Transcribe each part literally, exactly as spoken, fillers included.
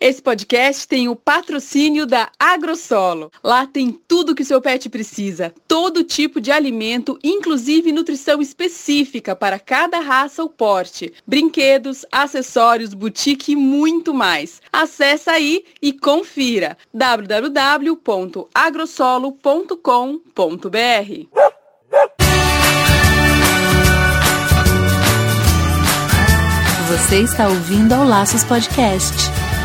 Esse podcast tem o patrocínio da AgroSolo. Lá tem tudo que o seu pet precisa, todo tipo de alimento, inclusive nutrição específica para cada raça ou porte, brinquedos, acessórios, boutique e muito mais. Acesse aí e confira w w w ponto agrosolo ponto com ponto b r. Você está ouvindo ao Laços Podcast.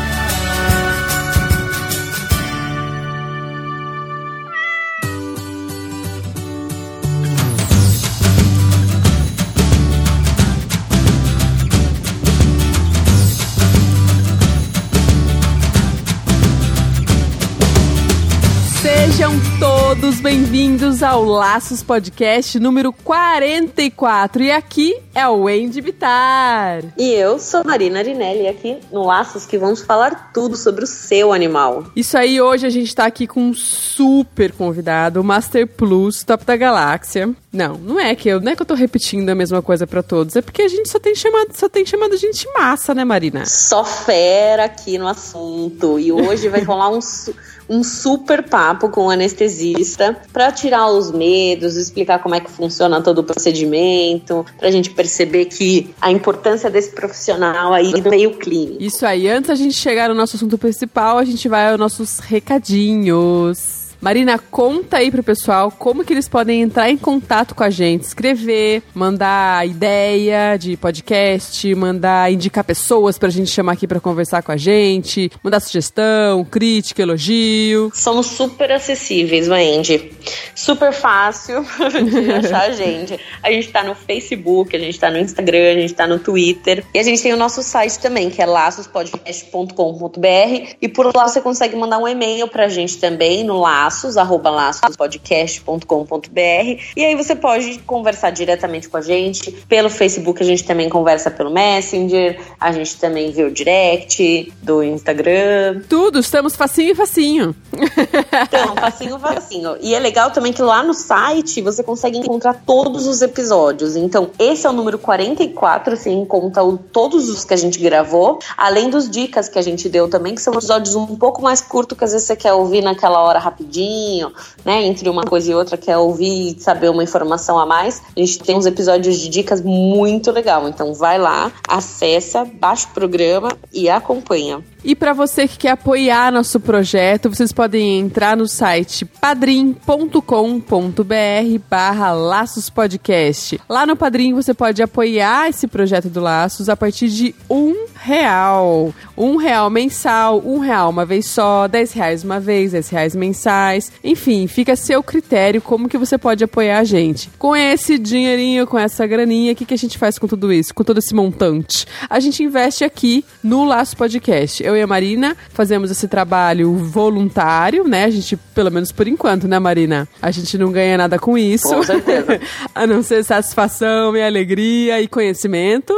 Sejam todos bem-vindos ao Laços Podcast número quarenta e quatro. E aqui é o Wendy Bittar. E eu sou Marina Arinelli, aqui no Laços que vamos falar tudo sobre o seu animal. Isso aí, hoje a gente tá aqui com um super convidado, o Master Plus, top da galáxia. Não, não é que eu, não é que eu tô repetindo a mesma coisa pra todos, é porque a gente só tem chamado, só tem chamado gente massa, né, Marina? Só fera aqui no assunto. E hoje vai rolar um... um super papo com o anestesista para tirar os medos, explicar como é que funciona todo o procedimento, pra gente perceber que a importância desse profissional aí do meio clínico. Isso aí, antes da gente chegar no nosso assunto principal, a gente vai aos nossos recadinhos. Marina, conta aí pro pessoal como que eles podem entrar em contato com a gente, escrever, mandar ideia de podcast, mandar indicar pessoas pra gente chamar aqui pra conversar com a gente, mandar sugestão, crítica, elogio. Somos super acessíveis, Wendy. Super fácil de achar a gente. A gente tá no Facebook, a gente tá no Instagram, a gente tá no Twitter. E a gente tem o nosso site também, que é laços podcast ponto com ponto b r. E por lá você consegue mandar um e-mail pra gente também, no laços. arroba laços podcast ponto com ponto b r. E aí você pode conversar diretamente com a gente. Pelo Facebook a gente também conversa pelo Messenger, a gente também vê o direct do Instagram. Tudo, estamos facinho e facinho. Então, facinho, facinho. E é legal também que lá no site você consegue encontrar todos os episódios. Então, esse é o número quarenta e quatro, você encontra o, todos os que a gente gravou, além dos dicas que a gente deu também, que são episódios um pouco mais curtos, que às vezes você quer ouvir naquela hora rapidinho, né, entre uma coisa e outra, quer ouvir e saber uma informação a mais. A gente tem uns episódios de dicas muito legal, então vai lá, acessa, baixa o programa e acompanha. E para você que quer apoiar nosso projeto, vocês podem entrar no site padrim ponto com ponto b r barra Laços Podcast. Lá no Padrim você pode apoiar esse projeto do Laços a partir de um real. Um real mensal, um real uma vez só, dez reais uma vez, dez reais mensais. Enfim, fica a seu critério como que você pode apoiar a gente. Com esse dinheirinho, com essa graninha, o que, que a gente faz com tudo isso? Com todo esse montante? A gente investe aqui no Laços Podcast. Eu e a Marina fazemos esse trabalho voluntário, né? A gente, pelo menos por enquanto, né, Marina? A gente não ganha nada com isso. Com certeza. A não ser satisfação e alegria e conhecimento.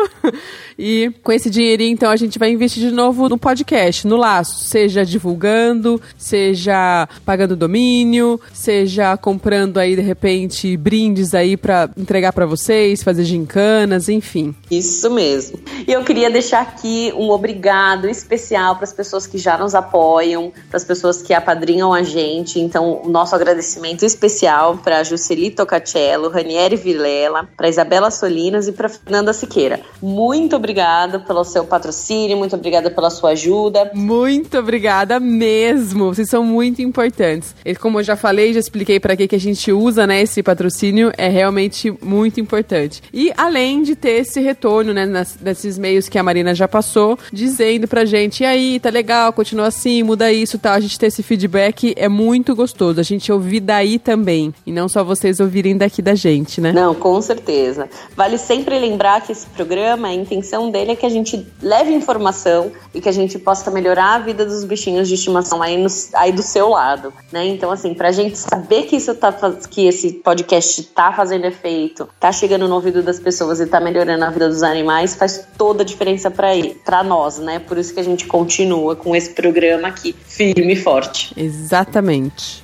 E com esse dinheirinho, então, a gente vai investir de novo no podcast, no Laço. Seja divulgando, seja pagando domínio, seja comprando aí, de repente, brindes aí pra entregar pra vocês, fazer gincanas, enfim. Isso mesmo. E eu queria deixar aqui um obrigado especial para as pessoas que já nos apoiam, para as pessoas que apadrinham a gente. Então, o nosso agradecimento especial para Jusceli Tocatello, Ranieri Vilela, para Isabela Solinas e para Fernanda Siqueira. Muito obrigada pelo seu patrocínio, muito obrigada pela sua ajuda. Muito obrigada mesmo, vocês são muito importantes. E como eu já falei, já expliquei para que que a gente usa, né, esse patrocínio, é realmente muito importante. E além de ter esse retorno, né, nas, nesses meios que a Marina já passou, dizendo pra gente, e aí, tá legal, continua assim, muda isso, tal, a gente ter esse feedback é muito gostoso, a gente ouvir daí também, e não só vocês ouvirem daqui da gente, né? Não, com certeza. Vale sempre lembrar que esse programa, a intenção dele é que a gente leve informação e que a gente possa melhorar a vida dos bichinhos de estimação aí, no, aí do seu lado, né? Então, assim, pra gente saber que isso tá, que esse podcast tá fazendo efeito, tá chegando no ouvido das pessoas e tá melhorando a vida dos animais, faz toda a diferença pra, pra nós, né? Por isso que a gente continua com esse programa aqui, firme e forte. Exatamente.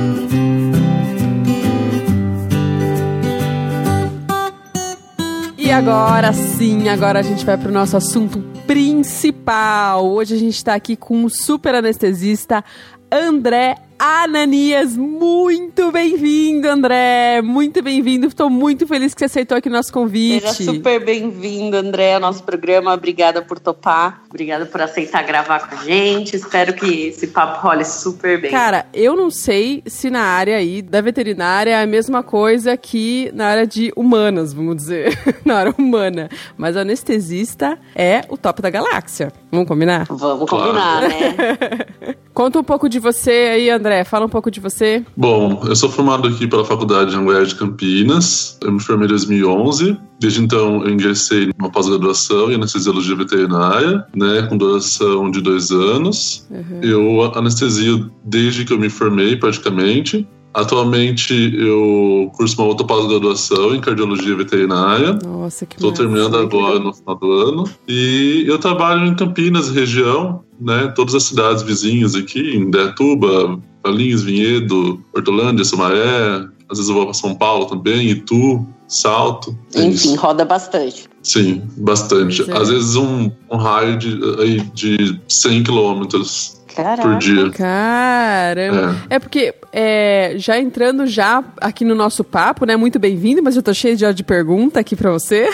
E agora sim, agora a gente vai pro nosso assunto principal. Hoje a gente tá aqui com um super anestesista, André Ananias. Muito bem-vindo, André. Muito bem-vindo. Estou muito feliz que você aceitou aqui o nosso convite. Seja super bem-vindo, André, ao nosso programa. Obrigada por topar. Obrigada por aceitar gravar com a gente. Espero que esse papo role super bem. Cara, eu não sei se na área aí da veterinária é a mesma coisa que na área de humanas, vamos dizer. Na área humana. Mas o anestesista é o top da galáxia. Vamos combinar? Vamos combinar, claro, né? Conta um pouco de você aí, André. Fala um pouco de você. Bom, eu sou formado aqui pela Faculdade de Anguera de Campinas. Eu me formei em dois mil e onze. Desde então, eu ingressei numa pós-graduação em anestesiologia veterinária, né, com duração de dois anos. Uhum. Eu anestesio desde que eu me formei, praticamente. Atualmente, eu curso uma outra pós-graduação em cardiologia veterinária. Nossa, que Estou terminando agora no final do ano. E eu trabalho em Campinas, região, né? Todas as cidades vizinhas aqui, em Indaiatuba, Valinhos, Vinhedo, Hortolândia, Sumaré. Às vezes eu vou para São Paulo também, Itu, Salto. Enfim, isso. Roda bastante. Sim, bastante. É. Às vezes um, um raio de, aí, de cem quilômetros. Caraca. Por dia. Caramba. É, é porque, é, já entrando já aqui no nosso papo, né? Muito bem-vindo, mas eu tô cheio de, de pergunta aqui pra você.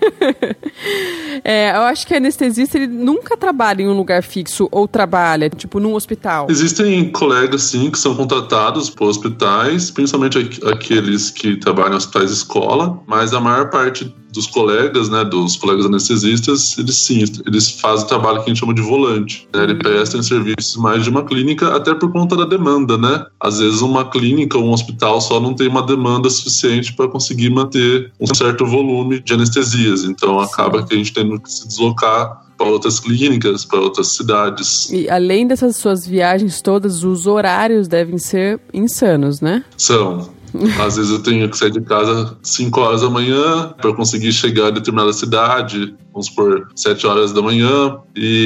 É, eu acho que o anestesista, ele nunca trabalha em um lugar fixo ou trabalha, tipo, num hospital. Existem colegas, sim, que são contratados por hospitais, principalmente aqu- aqueles que trabalham em hospitais escola, mas a maior parte dos colegas, né, dos colegas anestesistas, eles sim, eles fazem o trabalho que a gente chama de volante, né? Eles prestam serviços mais de uma clínica, até por conta da demanda, né? Às vezes uma clínica ou um hospital só não tem uma demanda suficiente para conseguir manter um certo volume de anestesias, então acaba que a gente tendo que se deslocar para outras clínicas, para outras cidades. E além dessas suas viagens todas, os horários devem ser insanos, né? São. Às vezes eu tenho que sair de casa cinco horas da manhã para conseguir chegar a determinada cidade, vamos supor, sete horas da manhã.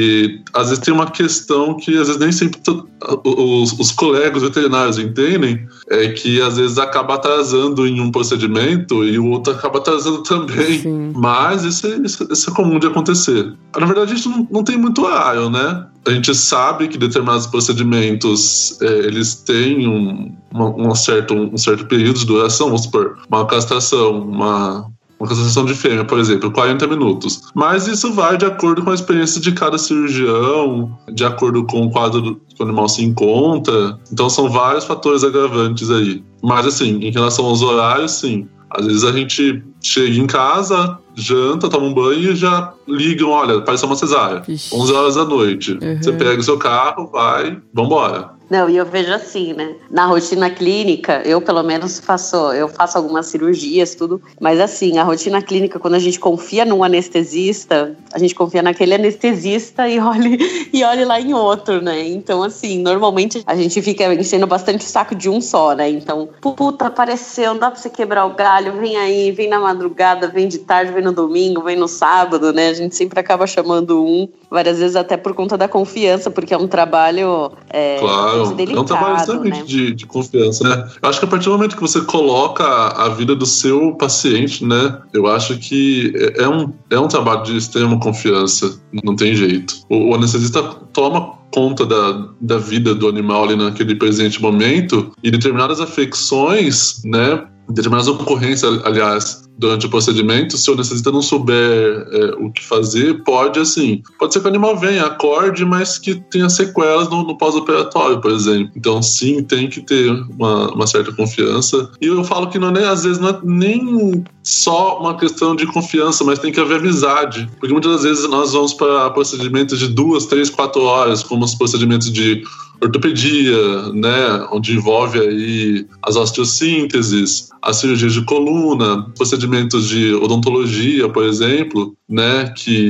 E às vezes tem uma questão que às vezes nem sempre t- os, os colegas veterinários entendem, é que às vezes acaba atrasando em um procedimento e o outro acaba atrasando também. Sim. Mas isso é, isso, isso é comum de acontecer. Na verdade, a gente não, não tem muito horário, né? A gente sabe que determinados procedimentos, é, eles têm um, uma, um, certo, um certo período de duração, vamos supor, uma castração, uma, uma castração de fêmea, por exemplo, quarenta minutos. Mas isso vai de acordo com a experiência de cada cirurgião, de acordo com o quadro que o animal se encontra. Então são vários fatores agravantes aí. Mas assim, em relação aos horários, sim. Às vezes a gente chega em casa, janta, toma um banho e já ligam, olha, apareceu uma cesárea. Ixi. onze horas da noite. Uhum. Você pega o seu carro, vai, vambora. Não, e eu vejo assim, né? Na rotina clínica, eu pelo menos faço, eu faço algumas cirurgias, tudo. Mas assim, a rotina clínica, quando a gente confia num anestesista, a gente confia naquele anestesista e olha, e olha lá em outro, né? Então, assim, normalmente a gente fica enchendo bastante o saco de um só, né? Então, puta, apareceu, não dá pra você quebrar o galho, vem aí, vem na madrugada, vem de tarde, vem no domingo, vem no sábado, né? A gente sempre acaba chamando um, várias vezes até por conta da confiança, porque é um trabalho... É, claro. Delicado, é um trabalho extremamente né? de, de confiança, né? Eu acho que a partir do momento que você coloca a vida do seu paciente, né? Eu acho que é, é, um, é um trabalho de extrema confiança, não tem jeito. O, o anestesista toma conta da, da vida do animal ali naquele presente momento e determinadas afecções, né? Determinadas ocorrências, aliás, durante o procedimento, se o anestesista não souber é, o que fazer, pode, assim, pode ser que o animal venha, acorde, mas que tenha sequelas no, no pós-operatório, por exemplo. Então, sim, tem que ter uma, uma certa confiança. E eu falo que não é, às vezes não é nem só uma questão de confiança, mas tem que haver amizade. Porque muitas das vezes nós vamos para procedimentos de duas, três, quatro horas, como os procedimentos de ortopedia, né, onde envolve aí as osteossínteses, as cirurgias de coluna, procedimentos de odontologia, por exemplo, né, que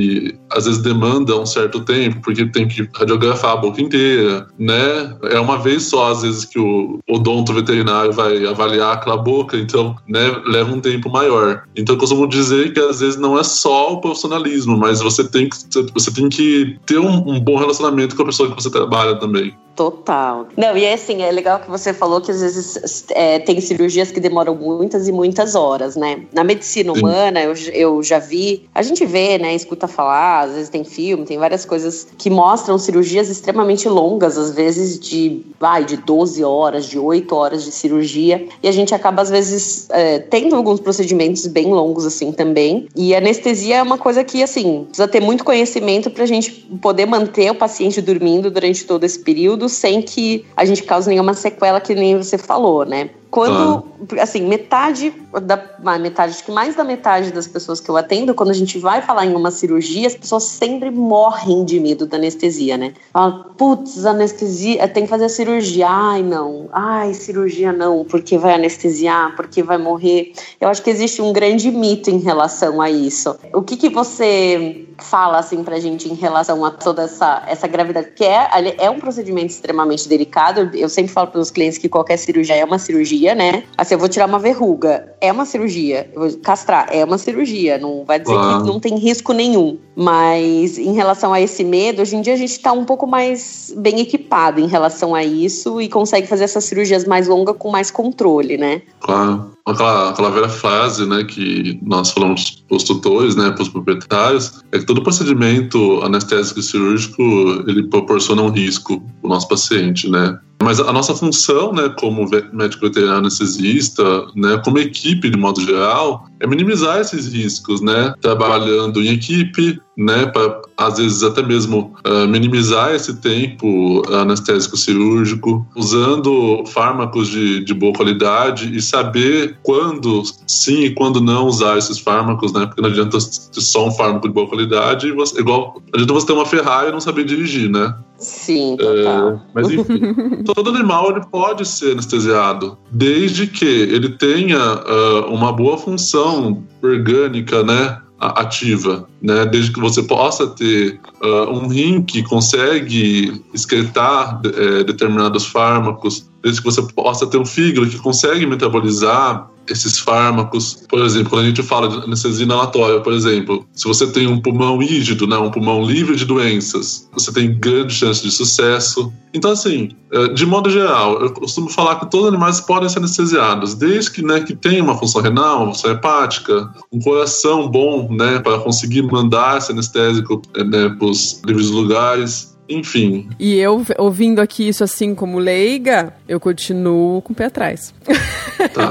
às vezes demanda um certo tempo, porque tem que radiografar a boca inteira, né? É uma vez só, às vezes, que o odonto veterinário vai avaliar aquela boca, então, né, leva um tempo maior. Então, eu costumo dizer que, às vezes, não é só o profissionalismo, mas você tem que, você tem que ter um, um bom relacionamento com a pessoa que você trabalha também. Total. Não, e é assim, é legal que você falou que às vezes é, tem cirurgias que demoram muitas e muitas horas, né? Na medicina humana, eu, eu já vi, a gente vê, né, escuta falar, às vezes tem filme, tem várias coisas que mostram cirurgias extremamente longas, às vezes de, vai, de doze horas, de oito horas de cirurgia, e a gente acaba, às vezes, é, tendo alguns procedimentos bem longos, assim, também, e a anestesia é uma coisa que, assim, precisa ter muito conhecimento pra gente poder manter o paciente dormindo durante todo esse período, sem que a gente cause nenhuma sequela, que nem você falou, né? Quando, ah. assim, metade, da, metade, acho que mais da metade das pessoas que eu atendo, quando a gente vai falar em uma cirurgia, as pessoas sempre morrem de medo da anestesia, né? Falam, putz, anestesia, tem que fazer a cirurgia. Ai, não. Ai, cirurgia não, porque vai anestesiar, porque vai morrer. Eu acho que existe um grande mito em relação a isso. O que que você fala, assim, pra gente em relação a toda essa, essa gravidade? Porque é, é um procedimento extremamente delicado. Eu sempre falo para os clientes que qualquer cirurgia é uma cirurgia, né? Assim, eu vou tirar uma verruga, é uma cirurgia. Eu vou castrar, é uma cirurgia. Não vai dizer ah. que não tem risco nenhum. Mas em relação a esse medo, hoje em dia a gente tá um pouco mais bem equipado em relação a isso e consegue fazer essas cirurgias mais longas com mais controle, né? Claro. Aquela, aquela velha frase, né, que nós falamos para os tutores, né, para os proprietários, é que todo procedimento anestésico e cirúrgico, ele proporciona um risco para o nosso paciente, né? Mas a nossa função, né, como médico veterinário anestesista, né, como equipe de modo geral, é minimizar esses riscos, né, trabalhando em equipe, né, para às vezes até mesmo uh, minimizar esse tempo anestésico cirúrgico, usando fármacos de, de boa qualidade e saber quando sim e quando não usar esses fármacos, né, porque não adianta ter só um fármaco de boa qualidade, e você, igual adianta você ter uma Ferrari e não saber dirigir, né? Sim, total. É, mas enfim, todo animal ele pode ser anestesiado, desde que ele tenha uh, uma boa função orgânica, né, ativa, né? Desde que você possa ter uh, um rim que consegue excretar é, determinados fármacos, desde que você possa ter um fígado que consegue metabolizar esses fármacos. Por exemplo, quando a gente fala de anestesia inalatória, por exemplo, se você tem um pulmão rígido, né, um pulmão livre de doenças, você tem grande chance de sucesso. Então, assim, de modo geral, eu costumo falar que todos os animais podem ser anestesiados, desde que, né, que tenha uma função renal, uma função hepática, um coração bom, né, para conseguir mandar esse anestésico, né, para os livres lugares. Enfim. E eu, ouvindo aqui isso assim como leiga, eu continuo com o pé atrás. Tá.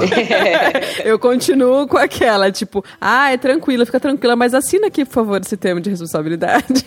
Eu continuo com aquela, tipo, ah, é tranquila, fica tranquila, mas assina aqui, por favor, esse termo de responsabilidade.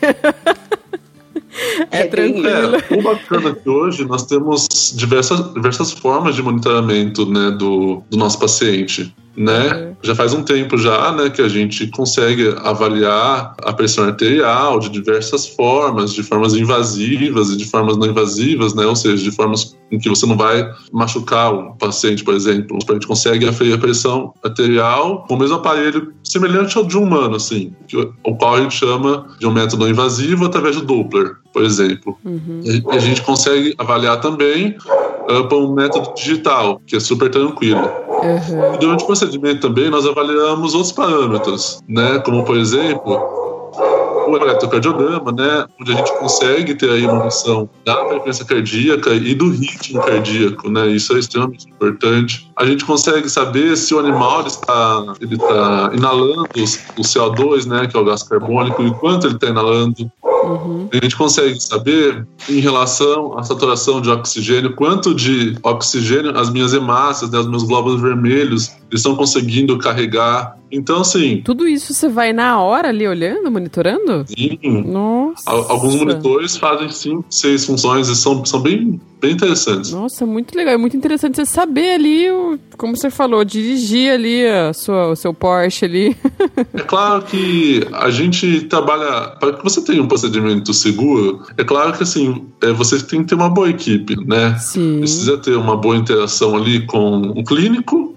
É, é tranquilo. É, o bacana é que hoje nós temos diversas, diversas formas de monitoramento, né, do, do nosso paciente. Né? Uhum. Já faz um tempo já, né, que a gente consegue avaliar a pressão arterial de diversas formas, de formas invasivas e de formas não invasivas, né? Ou seja, de formas em que você não vai machucar o paciente, por exemplo. A gente consegue aferir a pressão arterial com o mesmo aparelho semelhante ao de um humano, assim, que, o qual a gente chama de um método não invasivo através do Doppler, por exemplo. Uhum. E a gente consegue avaliar também uh, por um método digital, que é super tranquilo. Uhum. E durante o procedimento também nós avaliamos outros parâmetros, né? Como, por exemplo, o eletrocardiograma, né? Onde a gente consegue ter aí uma noção da frequência cardíaca e do ritmo cardíaco, né? Isso é extremamente importante. A gente consegue saber se o animal está, ele está inalando o C O dois, né? Que é o gás carbônico, e quanto ele está inalando. Uhum. A gente consegue saber, em relação à saturação de oxigênio, quanto de oxigênio as minhas hemácias, né, os meus glóbulos vermelhos, eles estão conseguindo carregar. Então, assim... Tudo isso você vai na hora ali olhando, monitorando? Sim. Nossa. Alguns monitores fazem cinco, seis funções e são, são bem, bem interessantes. Nossa, muito legal. É muito interessante você saber ali, o, como você falou, dirigir ali a sua, o seu Porsche ali. É claro que a gente trabalha... Para que você tenha um procedimento seguro, é claro que, assim, é, você tem que ter uma boa equipe, né? Sim. Precisa ter uma boa interação ali com o clínico,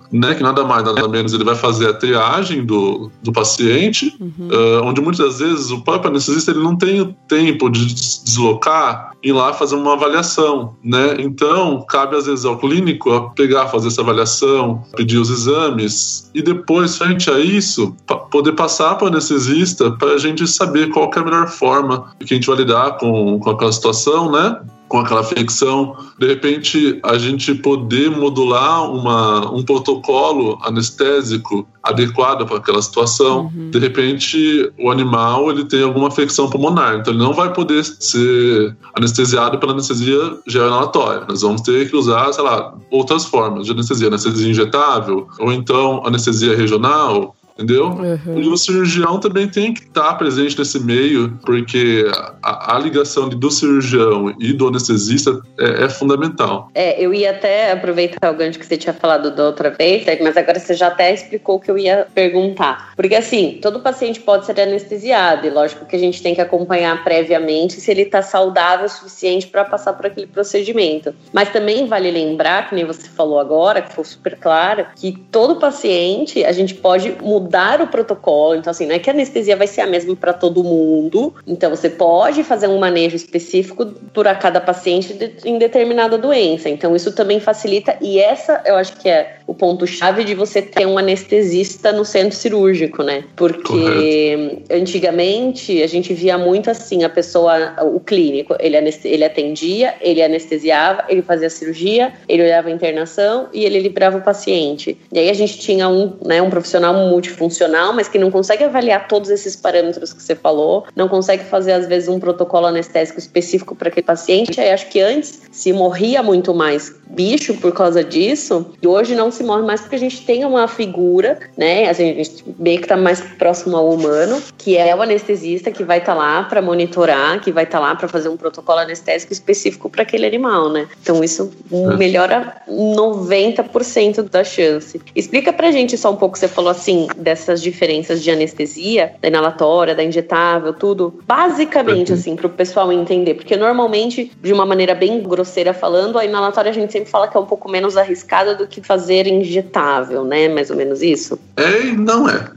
né, que nada mais, nada menos, ele vai fazer a triagem do, do paciente, uhum. uh, onde muitas vezes o próprio anestesista ele não tem o tempo de deslocar e ir lá fazer uma avaliação, né? Então, cabe às vezes ao clínico a pegar, fazer essa avaliação, pedir os exames e depois, frente a isso, poder passar para o anestesista para a gente saber qual que é a melhor forma que a gente vai lidar com, com aquela situação, né? Com aquela afecção, de repente a gente poder modular uma, um protocolo anestésico adequado para aquela situação. Uhum. De repente o animal ele tem alguma afecção pulmonar, então ele não vai poder ser anestesiado pela anestesia geral-inalatória. Nós vamos ter que usar, sei lá, outras formas de anestesia, anestesia injetável ou então anestesia regional. Entendeu? Uhum. E o cirurgião também tem que estar presente nesse meio, porque a, a ligação do cirurgião e do anestesista é, é fundamental. É, eu ia até aproveitar o gancho que você tinha falado da outra vez, mas agora você já até explicou o que eu ia perguntar. Porque assim, todo paciente pode ser anestesiado, e lógico que a gente tem que acompanhar previamente se ele está saudável o suficiente para passar por aquele procedimento. Mas também vale lembrar, que nem você falou agora, que foi super claro, que todo paciente a gente pode mudar mudar o protocolo, então assim, não é que a anestesia vai ser a mesma para todo mundo, então você pode fazer um manejo específico por a cada paciente de, em determinada doença, então isso também facilita, e essa eu acho que é o ponto-chave de você ter um anestesista no centro cirúrgico, né, porque Correto. Antigamente a gente via muito assim, a pessoa, o clínico, ele, ele atendia, ele anestesiava, ele fazia cirurgia, ele olhava a internação e ele liberava o paciente, e aí a gente tinha um, né, um profissional multi funcional, mas que não consegue avaliar todos esses parâmetros que você falou, não consegue fazer às vezes um protocolo anestésico específico para aquele paciente. Aí acho que antes se morria muito mais bicho por causa disso, e hoje não se morre mais porque a gente tem uma figura, né, a gente meio que está mais próximo ao humano, que é o anestesista que vai estar tá lá para monitorar, que vai estar tá lá para fazer um protocolo anestésico específico para aquele animal, né? Então isso melhora noventa por cento da chance. Explica pra gente só um pouco, você falou assim, dessas diferenças de anestesia, da inalatória, da injetável, tudo, basicamente, uhum. assim, pro pessoal entender, porque normalmente, de uma maneira bem grosseira falando, a inalatória a gente sempre fala que é um pouco menos arriscada do que fazer injetável, né, mais ou menos isso? É e não é.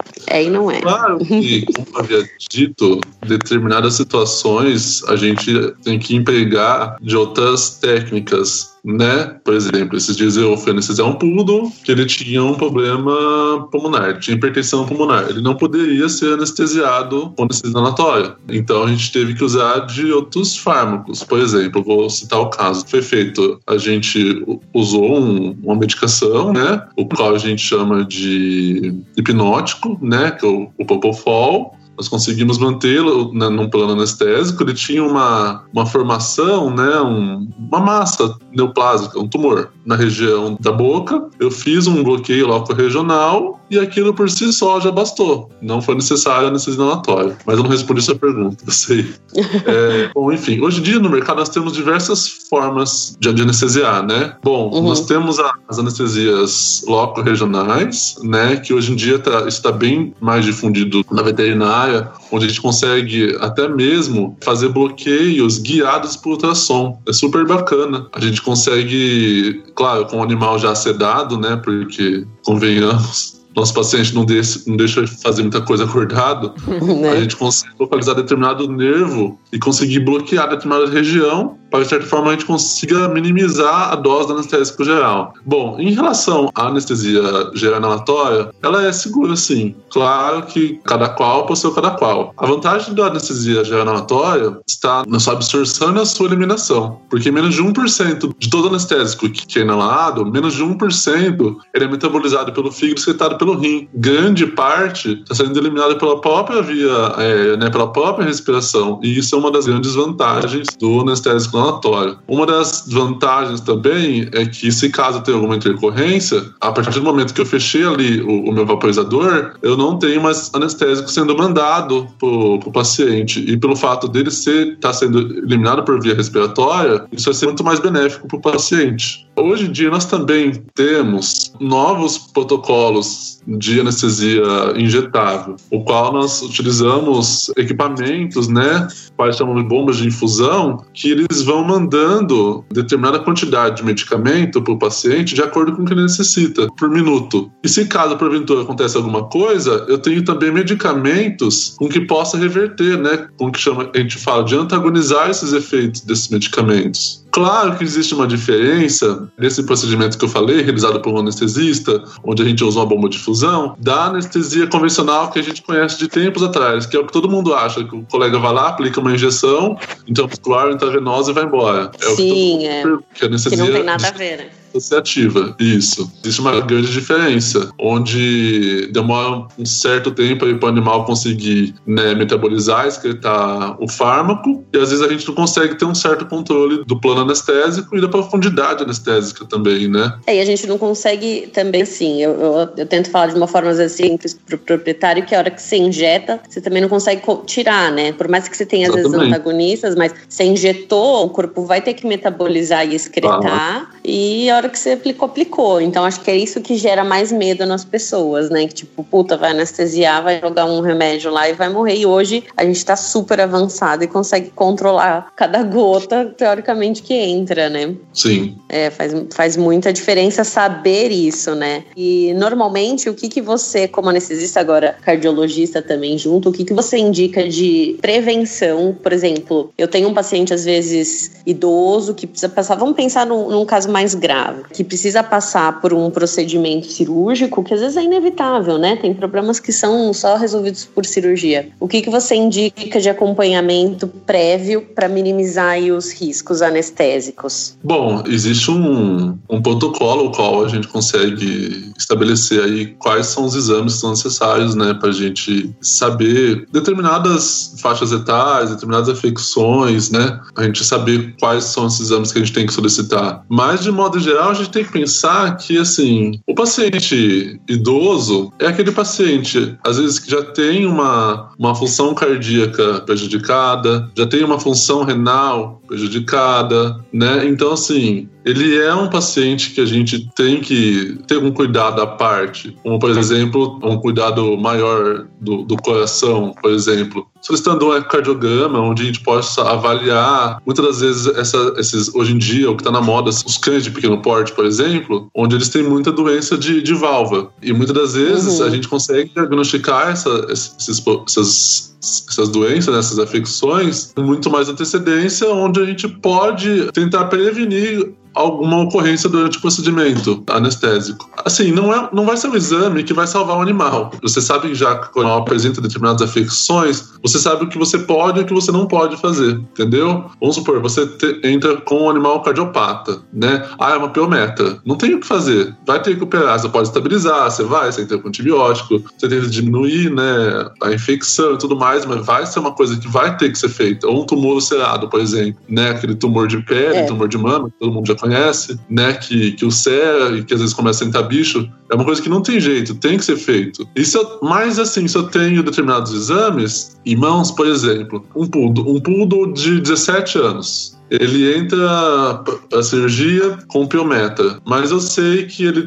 É e não é. Claro que, como havia dito, determinadas situações a gente tem que empregar de outras técnicas, né? Por exemplo, esses dias eu fui anestesiar um poodle que ele tinha um problema pulmonar, tinha hipertensão pulmonar. Ele não poderia ser anestesiado com anestesia inalatória. Então a gente teve que usar de outros fármacos. Por exemplo, vou citar o caso. Foi feito, a gente usou um, uma medicação, né? O qual a gente chama de hipnótico, né? Que é o, o Propofol. Nós conseguimos mantê-lo, né, num plano anestésico. Ele tinha uma, uma formação, né, um, uma massa neoplásica, um tumor na região da boca. Eu fiz um bloqueio loco-regional e aquilo por si só já bastou. Não foi necessário anestesia inalatória. Mas eu não respondi sua pergunta, eu sei. É, bom, enfim, hoje em dia no mercado nós temos diversas formas de, de anestesiar, né? Bom, uhum. nós temos as anestesias loco-regionais, né, que hoje em dia tá, isso está bem mais difundido na veterinária, onde a gente consegue até mesmo fazer bloqueios guiados por ultrassom. É super bacana. A gente consegue, claro, com o animal já sedado, né? Porque, convenhamos, nosso paciente não deixa, não deixa fazer muita coisa acordado, né? A gente consegue localizar determinado nervo e conseguir bloquear determinada região para, de certa forma, a gente consiga minimizar a dose do anestésico geral. Bom, em relação à anestesia geral inalatória, ela é segura, sim. Claro que cada qual possui cada qual. A vantagem da anestesia geral inalatória está na sua absorção e na sua eliminação, porque menos de um por cento de todo anestésico que é inalado, menos de um por cento ele é metabolizado pelo fígado e excretado pelo rim. Grande parte está sendo eliminada pela própria via, é, né, pela própria respiração, e isso é uma das grandes vantagens do anestésico inalatório. Uma das vantagens também é que, se caso tenha alguma intercorrência, a partir do momento que eu fechei ali o, o meu vaporizador, eu não tenho mais anestésico sendo mandado pro, pro paciente, e pelo fato dele ser, tá sendo eliminado por via respiratória, isso vai ser muito mais benéfico pro paciente. Hoje em dia nós também temos novos protocolos de anestesia injetável, o qual nós utilizamos equipamentos, né, quais chamam de bombas de infusão, que eles vão mandando determinada quantidade de medicamento para o paciente de acordo com o que ele necessita por minuto. E se caso porventura acontece alguma coisa, eu tenho também medicamentos com que possa reverter, né, com que chama, a gente fala de antagonizar esses efeitos desses medicamentos. Claro que existe uma diferença nesse procedimento que eu falei, realizado por um anestesista, onde a gente usa uma bomba de infusão, da anestesia convencional que a gente conhece de tempos atrás, que é o que todo mundo acha, que o colega vai lá, aplica uma injeção intramuscular, intravenosa e vai embora. É Sim, é. Que, a anestesia que não tem nada a ver, né? Associativa, isso. Existe uma grande diferença, onde demora um certo tempo para o animal conseguir, né, metabolizar, excretar o fármaco, e às vezes a gente não consegue ter um certo controle do plano anestésico e da profundidade anestésica também, né? É, e a gente não consegue também, assim, eu, eu, eu tento falar de uma forma às vezes simples para o proprietário, que a hora que você injeta, você também não consegue tirar, né? Por mais que você tenha às vezes antagonistas, mas você injetou, o corpo vai ter que metabolizar e excretar, ah. e a hora que você aplicou, aplicou. Então, acho que é isso que gera mais medo nas pessoas, né? Que tipo, puta, vai anestesiar, vai jogar um remédio lá e vai morrer. E hoje a gente tá super avançado e consegue controlar cada gota, teoricamente, que entra, né? Sim. É, faz, faz muita diferença saber isso, né? E, normalmente, o que que você, como anestesista, agora cardiologista também junto, o que que você indica de prevenção? Por exemplo, eu tenho um paciente, às vezes, idoso, que precisa passar... Vamos pensar num, num caso mais grave, que precisa passar por um procedimento cirúrgico que às vezes é inevitável, né? Tem problemas que são só resolvidos por cirurgia. O que que você indica de acompanhamento prévio para minimizar aí os riscos anestésicos? Bom, existe um, um protocolo o qual a gente consegue estabelecer aí quais são os exames que são necessários, né, para a gente saber determinadas faixas etárias, determinadas afecções, né? A gente saber quais são esses exames que a gente tem que solicitar. Mas, de modo geral, a gente tem que pensar que, assim, o paciente idoso é aquele paciente, às vezes, que já tem uma, uma função cardíaca prejudicada, já tem uma função renal prejudicada, né? Então, assim, ele é um paciente que a gente tem que ter um cuidado à parte, como, por exemplo, um cuidado maior do, do coração, por exemplo, solicitando um ecocardiograma, onde a gente possa avaliar, muitas das vezes, essa, esses, hoje em dia, o que está na moda, os cães de pequeno porte, por exemplo, onde eles têm muita doença de, de válvula. E muitas das vezes, uhum, a gente consegue diagnosticar essa, esses, essas, essas doenças, né, essas afecções, com muito mais antecedência, onde a gente pode tentar prevenir alguma ocorrência durante o procedimento anestésico. Assim, não, é, não vai ser um exame que vai salvar o animal. Você sabe já que o animal apresenta determinadas afecções, você sabe o que você pode e o que você não pode fazer, entendeu? Vamos supor, você te, entra com um animal cardiopata, né? Ah, é uma piometra. Não tem o que fazer. Vai ter que operar. Você pode estabilizar, você vai, você entra com antibiótico, você tenta diminuir, né, a infecção e tudo mais, mas vai ser uma coisa que vai ter que ser feita. Ou um tumor ulcerado, por exemplo, né? Aquele tumor de pele, é. tumor de mama, que todo mundo já conhece, né, que, que ulcera e que às vezes começa a entrar bicho, é uma coisa que não tem jeito, tem que ser feito. E se eu, mas assim, se eu tenho determinados exames, em mãos, por exemplo, um poodle, um poodle de dezessete anos, ele entra para cirurgia com piometra, mas eu sei que ele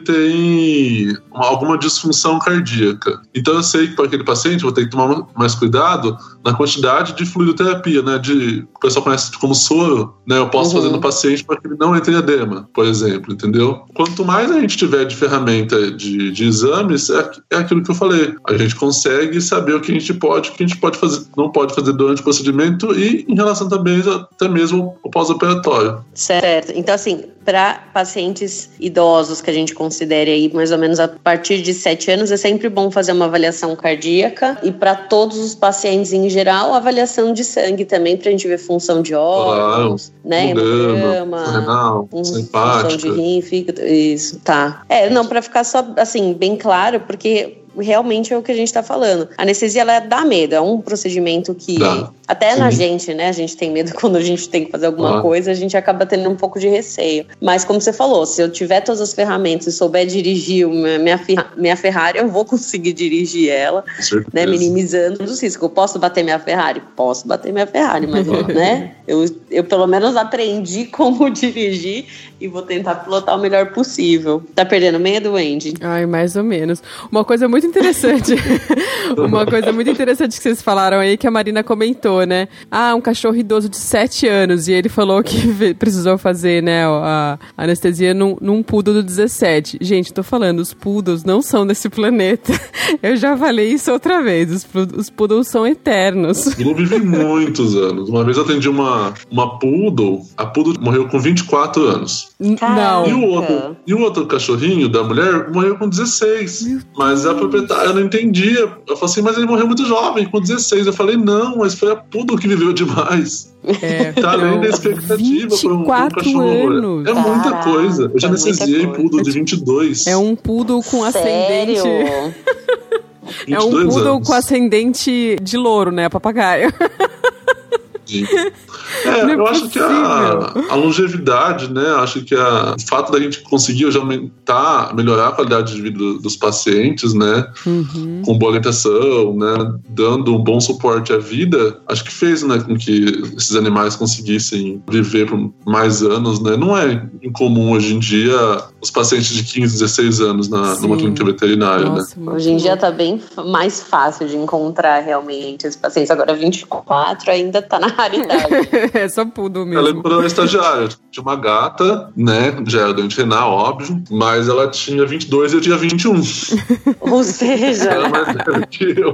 tem uma, alguma disfunção cardíaca. Então eu sei que para aquele paciente eu vou ter que tomar mais cuidado na quantidade de fluidoterapia, né? De, o pessoal conhece como soro, né? Eu posso uhum. fazer no paciente para que ele não entre em edema, por exemplo, entendeu? Quanto mais a gente tiver de ferramenta de, de exames, é, é aquilo que eu falei. A gente consegue saber o que a gente pode, o que a gente pode fazer, não pode fazer durante o procedimento e em relação também até mesmo ao pós-operatório. Certo. Então, assim, para pacientes idosos que a gente considere aí mais ou menos a partir de sete anos, é sempre bom fazer uma avaliação cardíaca, e para todos os pacientes em geral, avaliação de sangue também, para a gente ver função de órgãos, claro, né, hemograma, renal, um, função de rim, fígado, isso, tá. É, não, para ficar só, assim, bem claro, porque realmente é o que a gente tá falando. A anestesia, ela dá medo, é um procedimento que dá. Até Sim. na gente, né, a gente tem medo quando a gente tem que fazer alguma ah. coisa, a gente acaba tendo um pouco de receio. Mas como você falou, se eu tiver todas as ferramentas e souber dirigir minha, minha Ferrari, eu vou conseguir dirigir ela, né, minimizando os riscos. Eu posso bater minha Ferrari? Posso bater minha Ferrari, mas né, eu, eu pelo menos aprendi como dirigir e vou tentar pilotar o melhor possível. Tá perdendo medo, Wendy? Ai, mais ou menos. Uma coisa muito interessante, uma coisa muito interessante que vocês falaram aí, que a Marina comentou, né? Ah, um cachorro idoso de sete anos, e ele falou que precisou fazer, né, a anestesia num, num poodle do dezessete. Gente, tô falando, os poodles não são desse planeta. Eu já falei isso outra vez, os, os poodles são eternos. O poodle vive muitos anos. Uma vez eu atendi uma, uma poodle, a poodle morreu com vinte e quatro anos. Não. E o outro, e o outro cachorrinho da mulher morreu com dezesseis. Mas a proprietária não entendia. Eu falei assim, mas ele morreu muito jovem, com dezesseis. Eu falei, não, mas foi a poodle que viveu demais. É, tá além da expectativa para um, um cachorro. Anos. É muita Caraca, coisa. Eu já anestesiei poodle de vinte e dois. É um poodle com Sério? ascendente. É um poodle anos. com ascendente de louro, né? Papagaio. É, é eu acho que a, a longevidade, né? Acho que a, o fato da gente conseguir hoje aumentar, melhorar a qualidade de vida dos pacientes, né? Uhum. Com boa alimentação, né? Dando um bom suporte à vida, acho que fez, né, com que esses animais conseguissem viver por mais anos, né? Não é incomum hoje em dia os pacientes de quinze, dezesseis anos na, numa clínica veterinária, Nossa, né? Hoje em dia tá bem mais fácil de encontrar realmente esses pacientes. Agora vinte e quatro ainda tá na raridade. É só poodle mesmo. Ela era estagiária. Tinha uma gata, né? Já era doente renal, óbvio. Mas ela tinha vinte e dois e eu tinha vinte e um. Ou seja... Ela é mais velha que eu.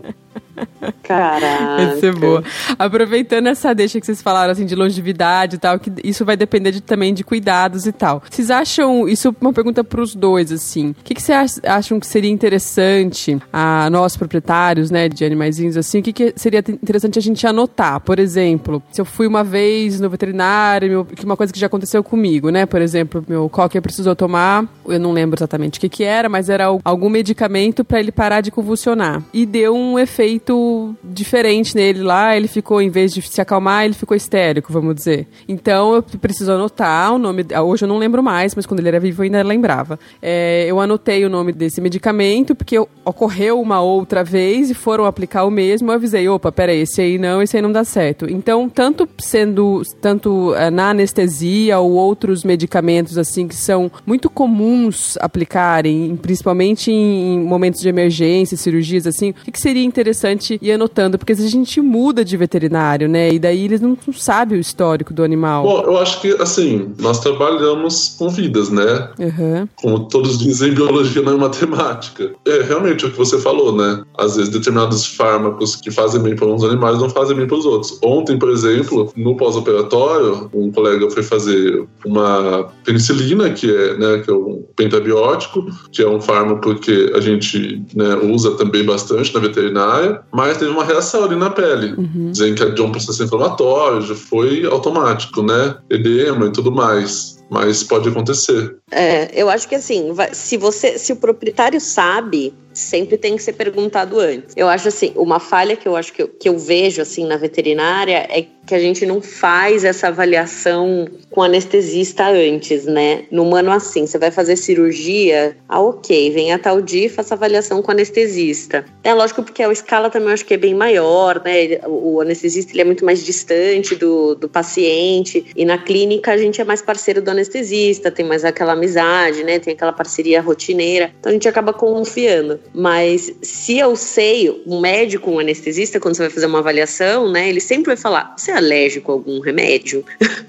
Caraca. Essa é boa. Aproveitando essa deixa que vocês falaram, assim, de longevidade e tal, que isso vai depender de, também de cuidados e tal. Vocês acham, isso é uma pergunta pros dois, assim, o que, que vocês acham que seria interessante a nós proprietários, né, de animaizinhos, assim, o que, que seria interessante a gente anotar? Por exemplo, se eu fui uma vez no veterinário, meu, que uma coisa que já aconteceu comigo, né, por exemplo, meu cocker precisou tomar, eu não lembro exatamente o que que era, mas era algum medicamento para ele parar de convulsionar. E deu um efeito diferente nele lá, ele ficou, em vez de se acalmar, ele ficou histérico, vamos dizer. Então, eu preciso anotar o nome, hoje eu não lembro mais, mas quando ele era vivo eu ainda lembrava. É, eu anotei o nome desse medicamento, porque ocorreu uma outra vez e foram aplicar o mesmo, eu avisei, opa, peraí, esse aí não, esse aí não dá certo. Então, tanto sendo, tanto é, na anestesia ou outros medicamentos, assim, que são muito comuns aplicarem, principalmente em momentos de emergência, cirurgias, assim, o que, que seria interessante ir anotando, porque a gente muda de veterinário, né? E daí eles não, não sabem o histórico do animal. Bom, eu acho que, assim, nós trabalhamos com vidas, né? Uhum. Como todos dizem, biologia não é matemática. É realmente o que você falou, né? Às vezes determinados fármacos que fazem bem para uns animais não fazem bem para os outros. Ontem, por exemplo, no pós-operatório, um colega foi fazer uma penicilina, que é, né, que é um pentabiótico, que é um fármaco que a gente, né, usa também bastante na veterinária, mas teve uma reação ali na pele, uhum. dizendo que é de um processo inflamatório, já foi automático, né? Edema e tudo mais. Mas pode acontecer. É, eu acho que assim, vai, se você, se o proprietário sabe, sempre tem que ser perguntado antes. Eu acho assim, uma falha que eu acho que eu, que eu vejo assim na veterinária é que a gente não faz essa avaliação com anestesista antes, né? No humano assim, você vai fazer cirurgia, ah, ok, vem a tal dia e faça avaliação com o anestesista. É lógico porque a escala também eu acho que é bem maior, né? O anestesista ele é muito mais distante do, do paciente e na clínica a gente é mais parceiro do anestesista, tem mais aquela amizade, né? Tem aquela parceria rotineira, então a gente acaba confiando. Mas se eu sei, um médico, um anestesista, quando você vai fazer uma avaliação, né? Ele sempre vai falar, você é alérgico a algum remédio?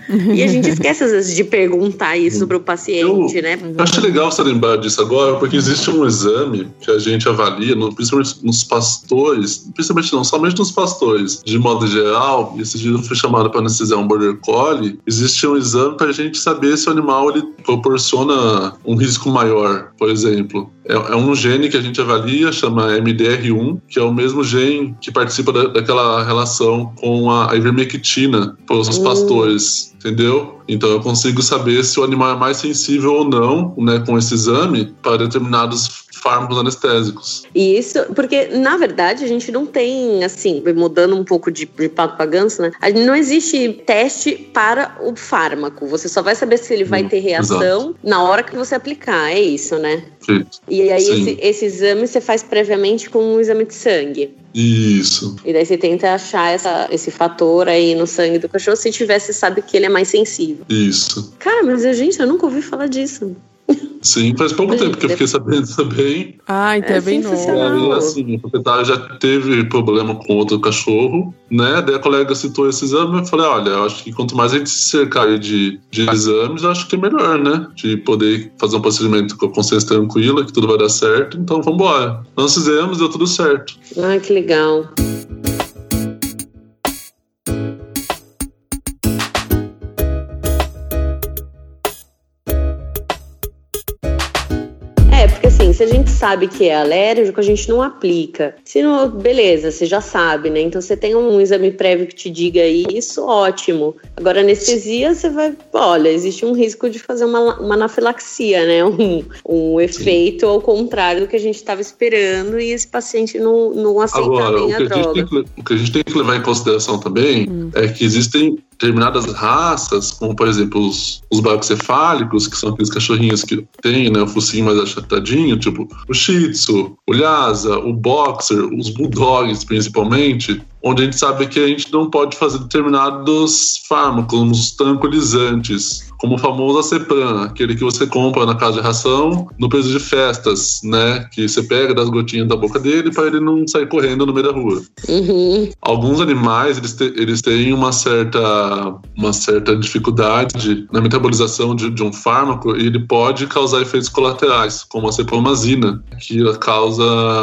E a gente esquece às vezes de perguntar isso pro paciente, eu né? Acho legal você lembrar disso agora, porque existe um exame que a gente avalia, no, principalmente nos pastores, principalmente não, somente nos pastores, de modo geral, e esse dia eu fui chamado para anestesiar um border collie, existe um exame para a gente saber se o animal ele proporciona um risco maior, por exemplo. É, é um gene que a gente avalia, chama M D R um, que é o mesmo gene que participa da, daquela relação com a ivermectina para os pastores, entendeu? Então eu consigo saber se o animal é mais sensível ou não, né, com esse exame, para determinados fármacos anestésicos. Isso, porque, na verdade, a gente não tem, assim, mudando um pouco de, de pato pra ganso, né? Não existe teste para o fármaco. Você só vai saber se ele vai ter reação Exato. Na hora que você aplicar, é isso, né? Sim. E aí, esse, esse exame você faz previamente com um exame de sangue. Isso. E daí você tenta achar essa, esse fator aí no sangue do cachorro. Se tiver, você sabe que ele é mais sensível. Isso. Cara, mas, gente, eu nunca ouvi falar disso. Sim, faz pouco mas, tempo que eu fiquei sabendo também. Ah, então é, é bem novo. E aí, assim, o proprietário já teve problema com outro cachorro, né? Daí a colega citou esse exame e eu falei, olha, eu acho que quanto mais a gente se cercar de, de exames, eu acho que é melhor, né? De poder fazer um procedimento com a consciência tranquila, que tudo vai dar certo, então vamos embora. Nós fizemos, deu tudo certo. Ah, que legal. Se a gente sabe que é alérgico, a gente não aplica. Se não, beleza, você já sabe, né? Então você tem um exame prévio que te diga isso, ótimo. Agora, anestesia, você vai... Olha, existe um risco de fazer uma, uma anafilaxia, né? Um, um efeito Sim. ao contrário do que a gente estava esperando e esse paciente não, não aceitar Agora, bem a, a droga. Que, o que a gente tem que levar em consideração também hum. é que existem determinadas raças, como por exemplo os, os bracocefálicos, que são aqueles cachorrinhos que tem, né, o focinho mais achatadinho, tipo o Shih Tzu, o Lhasa, o Boxer, os Bulldogs principalmente, onde a gente sabe que a gente não pode fazer determinados fármacos, os tranquilizantes, como o famoso Acepran, aquele que você compra na casa de ração no preço de festas, né? Que você pega das gotinhas da boca dele para ele não sair correndo no meio da rua. Uhum. Alguns animais, eles, te, eles têm uma certa, uma certa dificuldade na metabolização de, de um fármaco e ele pode causar efeitos colaterais, como a cepromazina, que causa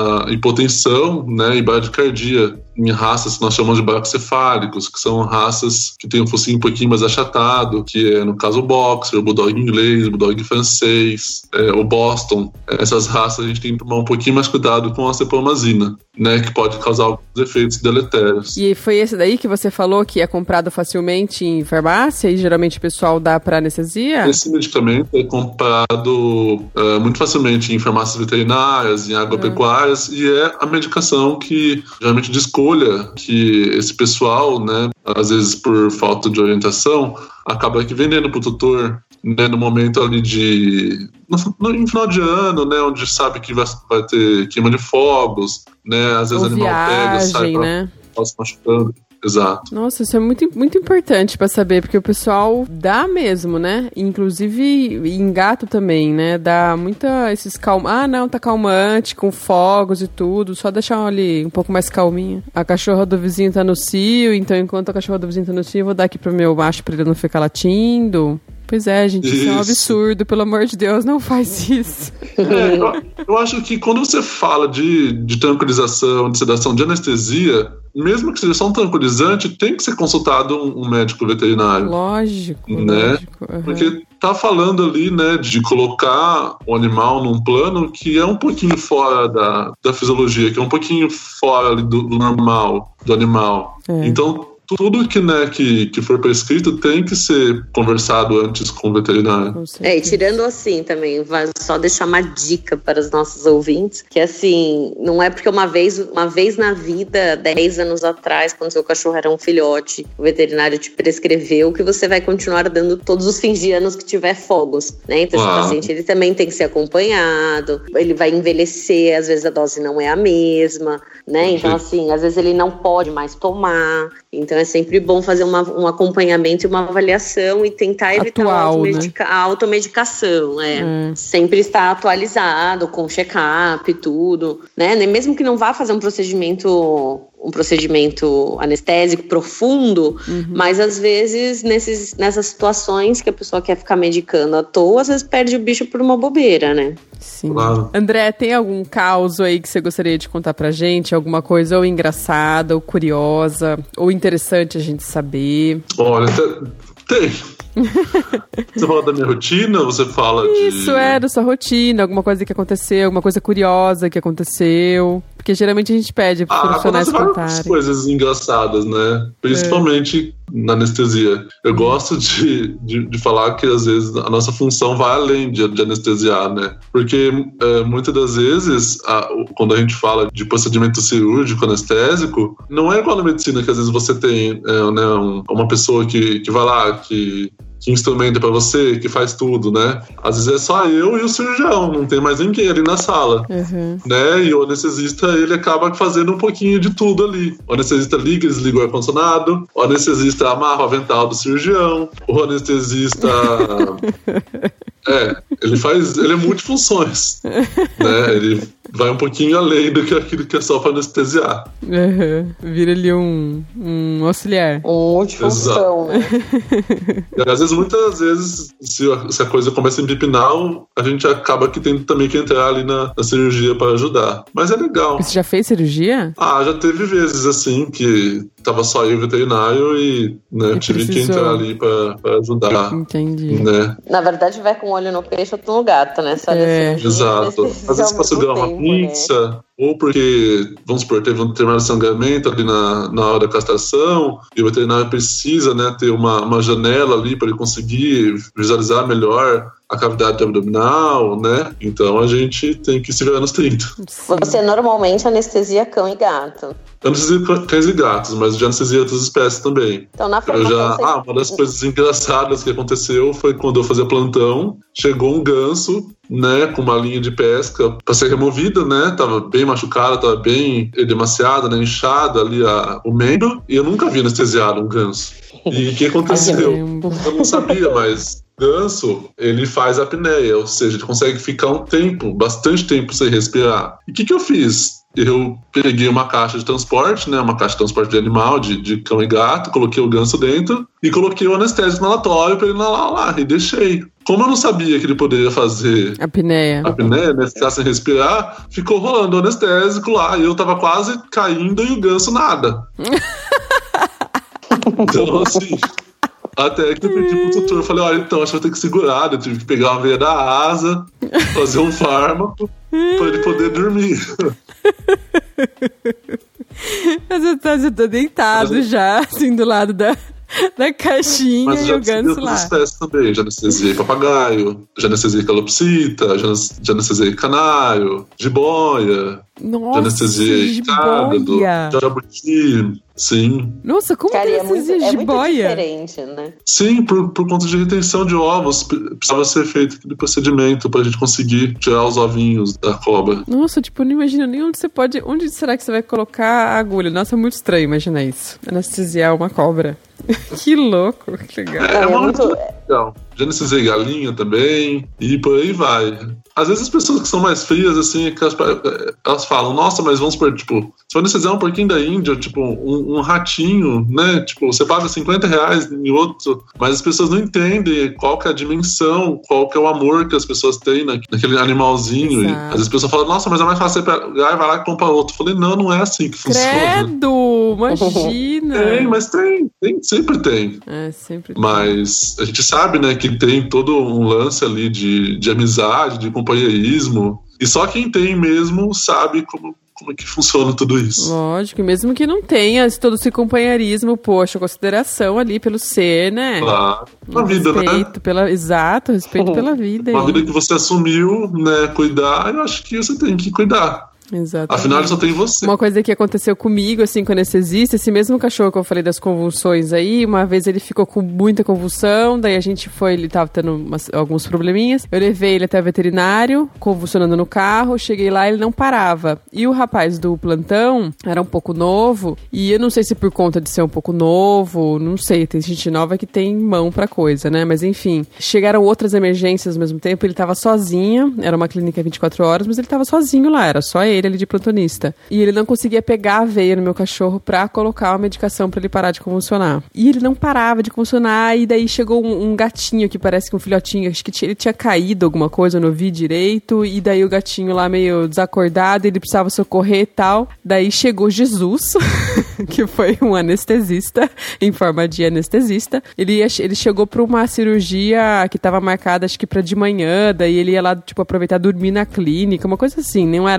hipotensão, né, e bradicardia em raças que nós chamamos de bracocefálicos, que são raças que têm um focinho um pouquinho mais achatado, que é, no caso, o Boxer, o Bulldog inglês, o Bulldog francês, é, o Boston. Essas raças a gente tem que tomar um pouquinho mais cuidado com a cepromazina, né, que pode causar alguns efeitos deletérios. E foi esse daí que você falou que é comprado facilmente em farmácia e geralmente o pessoal dá para anestesia? Esse medicamento é comprado uh, muito facilmente em farmácias veterinárias, em agropecuárias, uhum. e é a medicação que geralmente descobre que esse pessoal, né, às vezes por falta de orientação, acaba aqui vendendo pro tutor, né, no momento ali de... No, no, em final de ano, né, onde sabe que vai, vai ter queima de fogos, né, às vezes o animal viagem, pega, sai pra, né? Pra se machucando. Exato. Nossa, isso é muito, muito importante pra saber, porque o pessoal dá mesmo, né? Inclusive em gato também, né? Dá muita esses calma. Ah, não, tá calmante, com fogos e tudo. Só deixar ali um pouco mais calminha. A cachorra do vizinho tá no cio, então enquanto a cachorra do vizinho tá no cio, eu vou dar aqui pro meu macho pra ele não ficar latindo. Pois é, gente, isso, isso é um absurdo, pelo amor de Deus, não faz isso. É, eu, eu acho que quando você fala de, de tranquilização, de sedação, de anestesia, mesmo que seja só um tranquilizante, tem que ser consultado um, um médico veterinário. Lógico, né? lógico. Uhum. Porque tá falando ali, né, de colocar o animal num plano que é um pouquinho fora da, da fisiologia, que é um pouquinho fora ali do, do normal, do animal. É. Então, tudo que, né, que, que for prescrito tem que ser conversado antes com o veterinário. É, e tirando assim também, vai só deixar uma dica para os nossos ouvintes, que assim, não é porque uma vez, uma vez na vida, dez anos atrás, quando seu cachorro era um filhote, o veterinário te prescreveu que você vai continuar dando todos os fins de anos que tiver fogos, né? Então ah. esse paciente, ele também tem que ser acompanhado, ele vai envelhecer, às vezes a dose não é a mesma, né? Então assim, às vezes ele não pode mais tomar, então é sempre bom fazer uma, um acompanhamento e uma avaliação e tentar evitar Atual, a, automedica- né? a automedicação. É. Hum. Sempre estar atualizado, com check-up e tudo, né? Mesmo que não vá fazer um procedimento... um procedimento anestésico profundo, uhum. mas às vezes nesses, nessas situações que a pessoa quer ficar medicando à toa, às vezes perde o bicho por uma bobeira, né? Sim. Claro. André, tem algum caos aí que você gostaria de contar pra gente? Alguma coisa ou engraçada, ou curiosa, ou interessante a gente saber? Olha, tem. Você fala da minha rotina, você fala Isso, de... Isso, é, da sua rotina, alguma coisa que aconteceu, alguma coisa curiosa que aconteceu. Porque geralmente a gente pede para os ah, profissionais contarem. Várias coisas engraçadas, né? Principalmente na anestesia. Eu gosto de, de, de falar que às vezes a nossa função vai além de, de anestesiar, né? Porque é, muitas das vezes, a, quando a gente fala de procedimento cirúrgico anestésico, não é igual na medicina que às vezes você tem é, né, um, uma pessoa que, que vai lá, que que instrumenta pra você, que faz tudo, né? Às vezes é só eu e o cirurgião, não tem mais ninguém ali na sala, uhum. né? E o anestesista, ele acaba fazendo um pouquinho de tudo ali. O anestesista liga e desliga o ar-condicionado, o anestesista amarra o avental do cirurgião, o anestesista... é, ele faz... Ele é multifunções, né? Ele vai um pouquinho além do que aquilo que é só pra anestesiar. Uhum. Vira ali um, um auxiliar. Um multifunção, né? E às vezes, muitas vezes, se a, se a coisa começa a empipinar, a gente acaba que tem também que entrar ali na, na cirurgia para ajudar. Mas é legal. Você já fez cirurgia? Ah, já teve vezes assim que tava só eu veterinário e, né, e tive precisou. que entrar ali pra, pra ajudar. Entendi. Né? Na verdade, vai com o olho no peixe ou no gato, né? Só é. Exato. Às vezes pra segurar uma pinça, né? Ou porque, vamos supor, teve um determinado sangramento ali na, na hora da castração e o veterinário precisa, né, ter uma, uma janela ali para ele conseguir visualizar melhor a cavidade abdominal, né? Então a gente tem que se virar nos trinta. Você normalmente anestesia cão e gato. Eu anestesia cães e gatos, mas já anestesia outras espécies também. Então, na eu já, ah, uma das coisas engraçadas que aconteceu foi quando eu fazia plantão, chegou um ganso, né, com uma linha de pesca para ser removida, né? Tava bem machucada, tava bem edemaciada, né, inchada ali a, o membro, e eu nunca vi anestesiado um ganso. E o que aconteceu? Eu não sabia, mas ganso, ele faz apneia, ou seja, ele consegue ficar um tempo, bastante tempo sem respirar. E o que que eu fiz? Eu peguei uma caixa de transporte, né, uma caixa de transporte de animal, de, de cão e gato, coloquei o ganso dentro e coloquei o anestésico inalatório para ele inalar lá, e deixei. Como eu não sabia que ele poderia fazer apneia, apneia, né, ficar sem respirar, ficou rolando o anestésico lá, e eu tava quase caindo e o ganso nada. Então, assim... Até que eu pedi pro tutor, eu falei, olha, então, acho que eu vou ter que segurar, eu tive que pegar uma veia da asa, fazer um fármaco pra ele poder dormir. Mas eu tô, eu tô deitado Mas, já, assim, do lado da, da caixinha Mas e o ganso lá. Mas já espécies também, já anestesiei papagaio, já anestesiei calopsita, já, já anestesiei canário, jiboia, Nossa, já anestesiei cágado, jabuti. Sim. Nossa, como Cara, que é muito, é muito jiboia? diferente, né? Sim, por, por conta de retenção de ovos, precisava ser feito aquele procedimento pra gente conseguir tirar os ovinhos da cobra. Nossa, tipo, eu não imagino nem onde você pode... Onde será que você vai colocar a agulha? Nossa, é muito estranho imaginar isso. Anestesiar uma cobra. Que louco, que legal. É, é, é muito legal. Já anestesiei galinha também, e por aí vai. Às vezes as pessoas que são mais frias, assim, que elas, elas falam, nossa, mas vamos supor, tipo, se for anestesiar um porquinho da Índia, tipo, um, um ratinho, né, tipo, você paga cinquenta reais em outro, mas as pessoas não entendem qual que é a dimensão, qual que é o amor que as pessoas têm na, naquele animalzinho. E, às vezes as pessoas falam, nossa, mas é mais fácil você pegar e vai lá e comprar outro. Eu falei, não, não é assim que funciona. Credo, imagina! Tem, mas tem, tem, sempre tem. É, sempre tem. Mas a gente sabe, né, que tem todo um lance ali de, de amizade, de companheirismo, e só quem tem mesmo sabe como, como é que funciona tudo isso. Lógico, mesmo que não tenha todo esse companheirismo, poxa, consideração ali pelo ser, né? Claro, uma vida, respeito né? Pela, exato, respeito uhum. pela vida. Uma aí. vida que você assumiu, né, cuidar, eu acho que você tem que cuidar. Exatamente. Afinal, só tem você. Uma coisa que aconteceu comigo, assim, com anestesista, esse mesmo cachorro que eu falei das convulsões aí, uma vez ele ficou com muita convulsão, daí a gente foi, ele tava tendo umas, alguns probleminhas, eu levei ele até o veterinário, convulsionando no carro, cheguei lá, ele não parava. E o rapaz do plantão era um pouco novo, e eu não sei se por conta de ser um pouco novo, não sei, tem gente nova que tem mão pra coisa, né? Mas enfim, chegaram outras emergências ao mesmo tempo, ele tava sozinho, era uma clínica vinte e quatro horas, mas ele tava sozinho lá, era só ele. ele de plantonista. E ele não conseguia pegar a veia no meu cachorro pra colocar uma medicação pra ele parar de convulsionar. E ele não parava de convulsionar, e daí chegou um, um gatinho que parece que um filhotinho, acho que tinha, ele tinha caído alguma coisa, eu não vi direito, e daí o gatinho lá meio desacordado, ele precisava socorrer e tal. Daí chegou Jesus, que foi um anestesista, em forma de anestesista. Ele, ia, ele chegou pra uma cirurgia que tava marcada, acho que pra de manhã, daí ele ia lá, tipo, aproveitar dormir na clínica, uma coisa assim, não era pra ele estar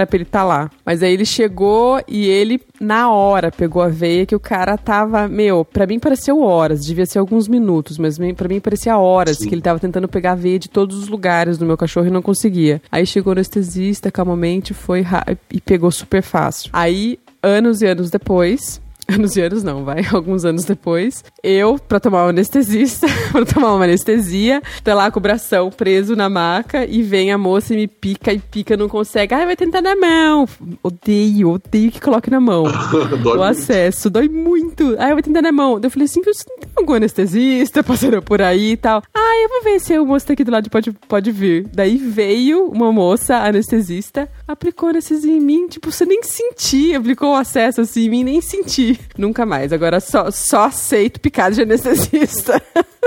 falar. Mas aí ele chegou e ele, na hora, pegou a veia que o cara tava, meu, pra mim pareceu horas, devia ser alguns minutos, mas pra mim parecia horas, Sim. que ele tava tentando pegar a veia de todos os lugares do meu cachorro e não conseguia. Aí chegou o anestesista, calmamente, foi ra- e pegou super fácil. Aí, anos e anos depois... Anos e anos não, vai. Alguns anos depois, eu, pra tomar um anestesista, pra tomar uma anestesia, tô lá com o bração preso na maca e vem a moça e me pica e pica, não consegue. Ai, vai tentar na mão. Odeio, odeio que coloque na mão. o acesso, dói muito. Ai, eu vou tentar na mão. Eu falei assim, você não tem algum anestesista passando por aí e tal? Ai, eu vou ver se o moço tá aqui do lado pode, pode vir. Daí veio uma moça, anestesista, aplicou anestesia em mim, tipo, você nem sentia, aplicou o acesso assim em mim, nem senti. Nunca mais. Agora só, só aceito picada de anestesista.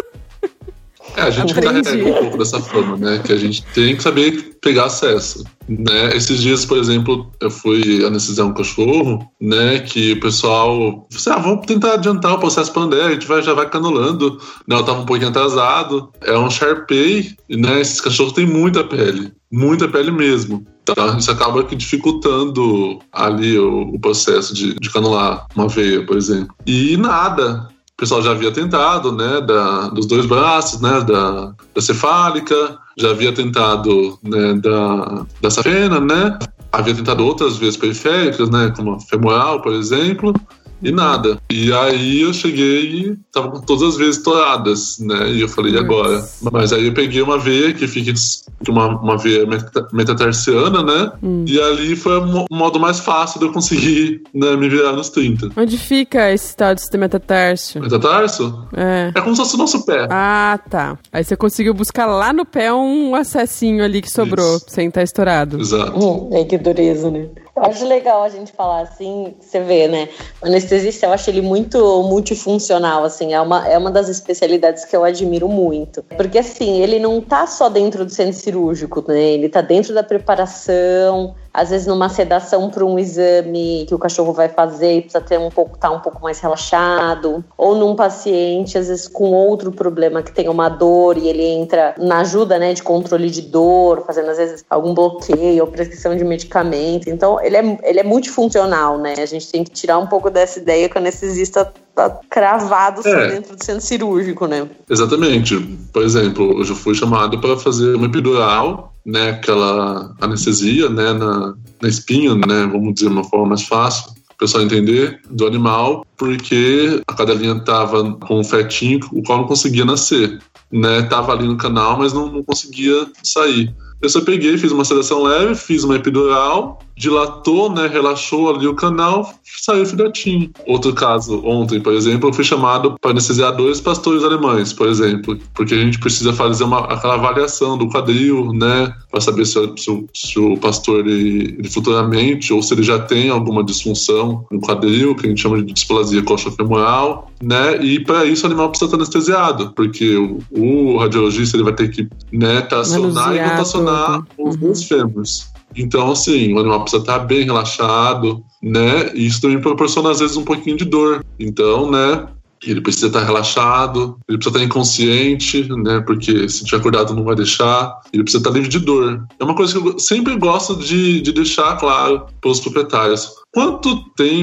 É, a gente carrega um pouco dessa fama, né? Que a gente tem que saber pegar acesso, né? Esses dias, por exemplo, eu fui anestesiar um cachorro, né? Que o pessoal... Assim, ah, vamos tentar adiantar o processo para André, a gente vai, já vai canulando. Né? Eu tava um pouquinho atrasado. É um Shar-Pei, né? Esses cachorros têm muita pele. Muita pele mesmo. Então, isso acaba que dificultando ali o, o processo de, de canular uma veia, por exemplo. E nada. O pessoal já havia tentado, né, da, dos dois braços, né, da, da cefálica, já havia tentado, né, da, da safena, né, havia tentado outras vezes periféricas, né, como a femoral, por exemplo, e nada. E aí eu cheguei e tava com todas as vezes estouradas, né, e eu falei, e agora? Mas aí eu peguei uma veia que fica uma, uma veia metatarsiana, né, hum. e ali foi o modo mais fácil de eu conseguir, né, me virar nos trinta. Onde fica esse tal de metatarso? Metatarso? É. É como se fosse o nosso pé. Ah, tá. Aí você conseguiu buscar lá no pé um acessinho ali que sobrou, Isso. sem estar estourado. Exato. Hum, é que dureza, né? Eu acho legal a gente falar assim, você vê, né? O anestesista, eu acho ele muito multifuncional, assim, é uma, é uma das especialidades que eu admiro muito. Porque, assim, ele não tá só dentro do centro cirúrgico, né? Ele tá dentro da preparação, às vezes numa sedação para um exame que o cachorro vai fazer e precisa ter um pouco, tá um pouco mais relaxado, ou num paciente, às vezes com outro problema que tem uma dor e ele entra na ajuda, né, de controle de dor, fazendo às vezes algum bloqueio ou prescrição de medicamento. Então, ele é, ele é multifuncional, né? A gente tem que tirar um pouco dessa ideia que o anestesista tá cravado só é. dentro do centro cirúrgico, né? Exatamente. Por exemplo, eu já fui chamado para fazer uma epidural, né, aquela anestesia, né, na, na espinha, né, vamos dizer de uma forma mais fácil, para o pessoal entender, do animal, porque a cadelinha estava com um fetinho, o qual não conseguia nascer, né, tava ali no canal, mas não, não conseguia sair. Eu só peguei, fiz uma sedação leve, fiz uma epidural, dilatou, né, relaxou ali o canal, saiu o filhotinho. Outro caso, ontem, por exemplo, eu fui chamado para anestesiar dois pastores alemães, por exemplo, porque a gente precisa fazer uma, aquela avaliação do quadril, né, para saber se, se, se o pastor, ele, ele futuramente, ou se ele já tem alguma disfunção no quadril, que a gente chama de displasia coxofemoral, né, e para isso o animal precisa estar anestesiado, porque o, o radiologista, ele vai ter que, né, tracionar e rotacionar os dois fêmurs. Então, assim, o animal precisa estar bem relaxado, né? E isso também proporciona, às vezes, um pouquinho de dor. Então, né? Ele precisa estar relaxado, ele precisa estar inconsciente, né? Porque se tiver acordado não vai deixar. Ele precisa estar livre de dor. É uma coisa que eu sempre gosto de, de deixar claro para os proprietários. Quanto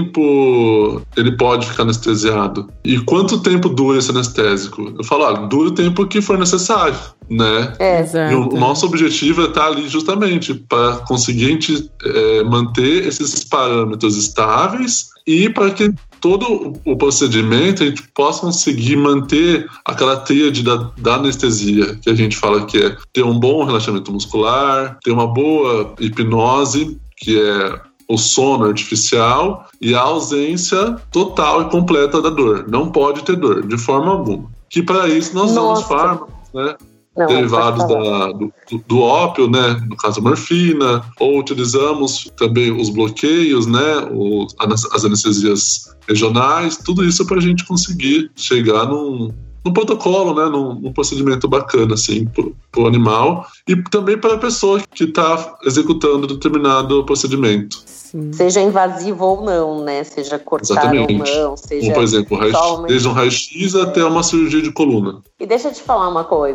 tempo ele pode ficar anestesiado? E quanto tempo dura esse anestésico? Eu falo, olha, dura o tempo que for necessário, né? É, exato. E o, o nosso objetivo é estar ali justamente para conseguir a gente, é, manter esses parâmetros estáveis e para que todo o procedimento a gente possa conseguir manter aquela tríade da, da anestesia, que a gente fala que é ter um bom relaxamento muscular, ter uma boa hipnose, que é o sono artificial, e a ausência total e completa da dor. Não pode ter dor, de forma alguma. Que para isso nós usamos fármacos, né? Não, derivados da, do, do ópio, né, no caso a morfina, ou utilizamos também os bloqueios, né, os, as anestesias regionais, tudo isso para a gente conseguir chegar num, num protocolo, né, num, num procedimento bacana assim, para o animal e também para a pessoa que está executando determinado procedimento. Sim. Seja invasivo ou não, né, seja cortar Exatamente. ou não, seja... Como, por exemplo, raio, desde um raio-x até uma cirurgia de coluna. E deixa eu te falar uma coisa.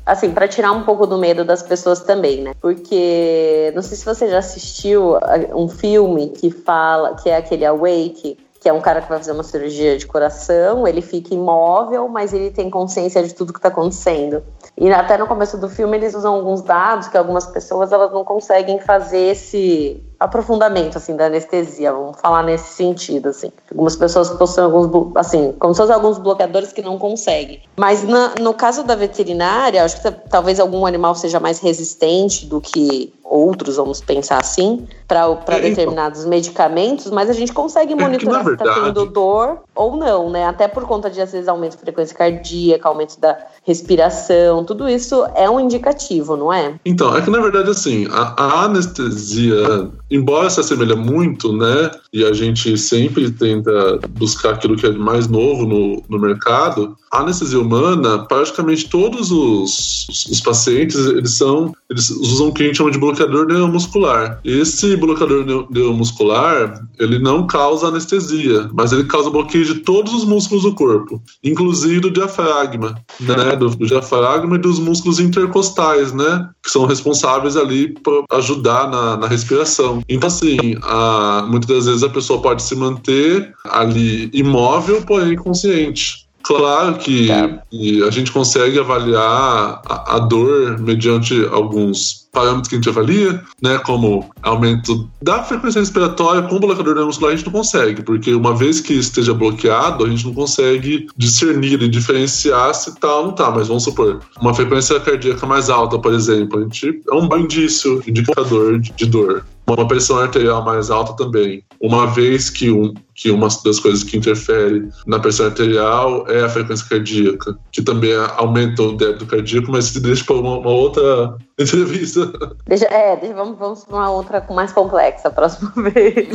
assim, pra tirar um pouco do medo das pessoas também, né? Porque, não sei se você já assistiu um filme que fala, que é aquele Awake, que é um cara que vai fazer uma cirurgia de coração, ele fica imóvel, mas ele tem consciência de tudo que tá acontecendo. E até no começo do filme eles usam alguns dados que algumas pessoas elas não conseguem fazer esse aprofundamento, assim, da anestesia, vamos falar nesse sentido, assim. Algumas pessoas possuem alguns, assim, como se fossem alguns bloqueadores que não conseguem. Mas na, no caso da veterinária, acho que t- talvez algum animal seja mais resistente do que outros, vamos pensar assim, para é, determinados então. medicamentos, mas a gente consegue monitorar é que, se está tendo dor ou não, né? Até por conta de, às vezes, aumento de frequência cardíaca, aumento da respiração, tudo isso é um indicativo, não é? Então, é que na verdade, assim, a, a anestesia, embora se assemelha muito, né, e a gente sempre tenta buscar aquilo que é mais novo no, no mercado, a anestesia humana, praticamente todos os, os, os pacientes, eles são, eles usam o que a gente chama de bloqueador neuromuscular. Esse bloqueador neuromuscular, ele não causa anestesia, mas ele causa bloqueio de todos os músculos do corpo, inclusive do diafragma, né, do, do diafragma e dos músculos intercostais, né, que são responsáveis ali por ajudar na, na respiração. Então, assim, a, muitas das vezes a pessoa pode se manter ali imóvel, porém consciente. Claro que, tá. que a gente consegue avaliar a, a dor mediante alguns parâmetros que a gente avalia, né, como aumento da frequência respiratória com o bloqueador neuromuscular a gente não consegue, porque uma vez que esteja bloqueado, a gente não consegue discernir e diferenciar se tá ou não tá, mas vamos supor, uma frequência cardíaca mais alta, por exemplo, a gente é um indício, indicador de, de dor. Uma pressão arterial mais alta também. Uma vez que, um, que uma das coisas que interfere na pressão arterial é a frequência cardíaca, que também aumenta o débito cardíaco, mas se deixa para uma, uma outra entrevista. Deixa, é, deixa, vamos, vamos para uma outra mais complexa a próxima vez.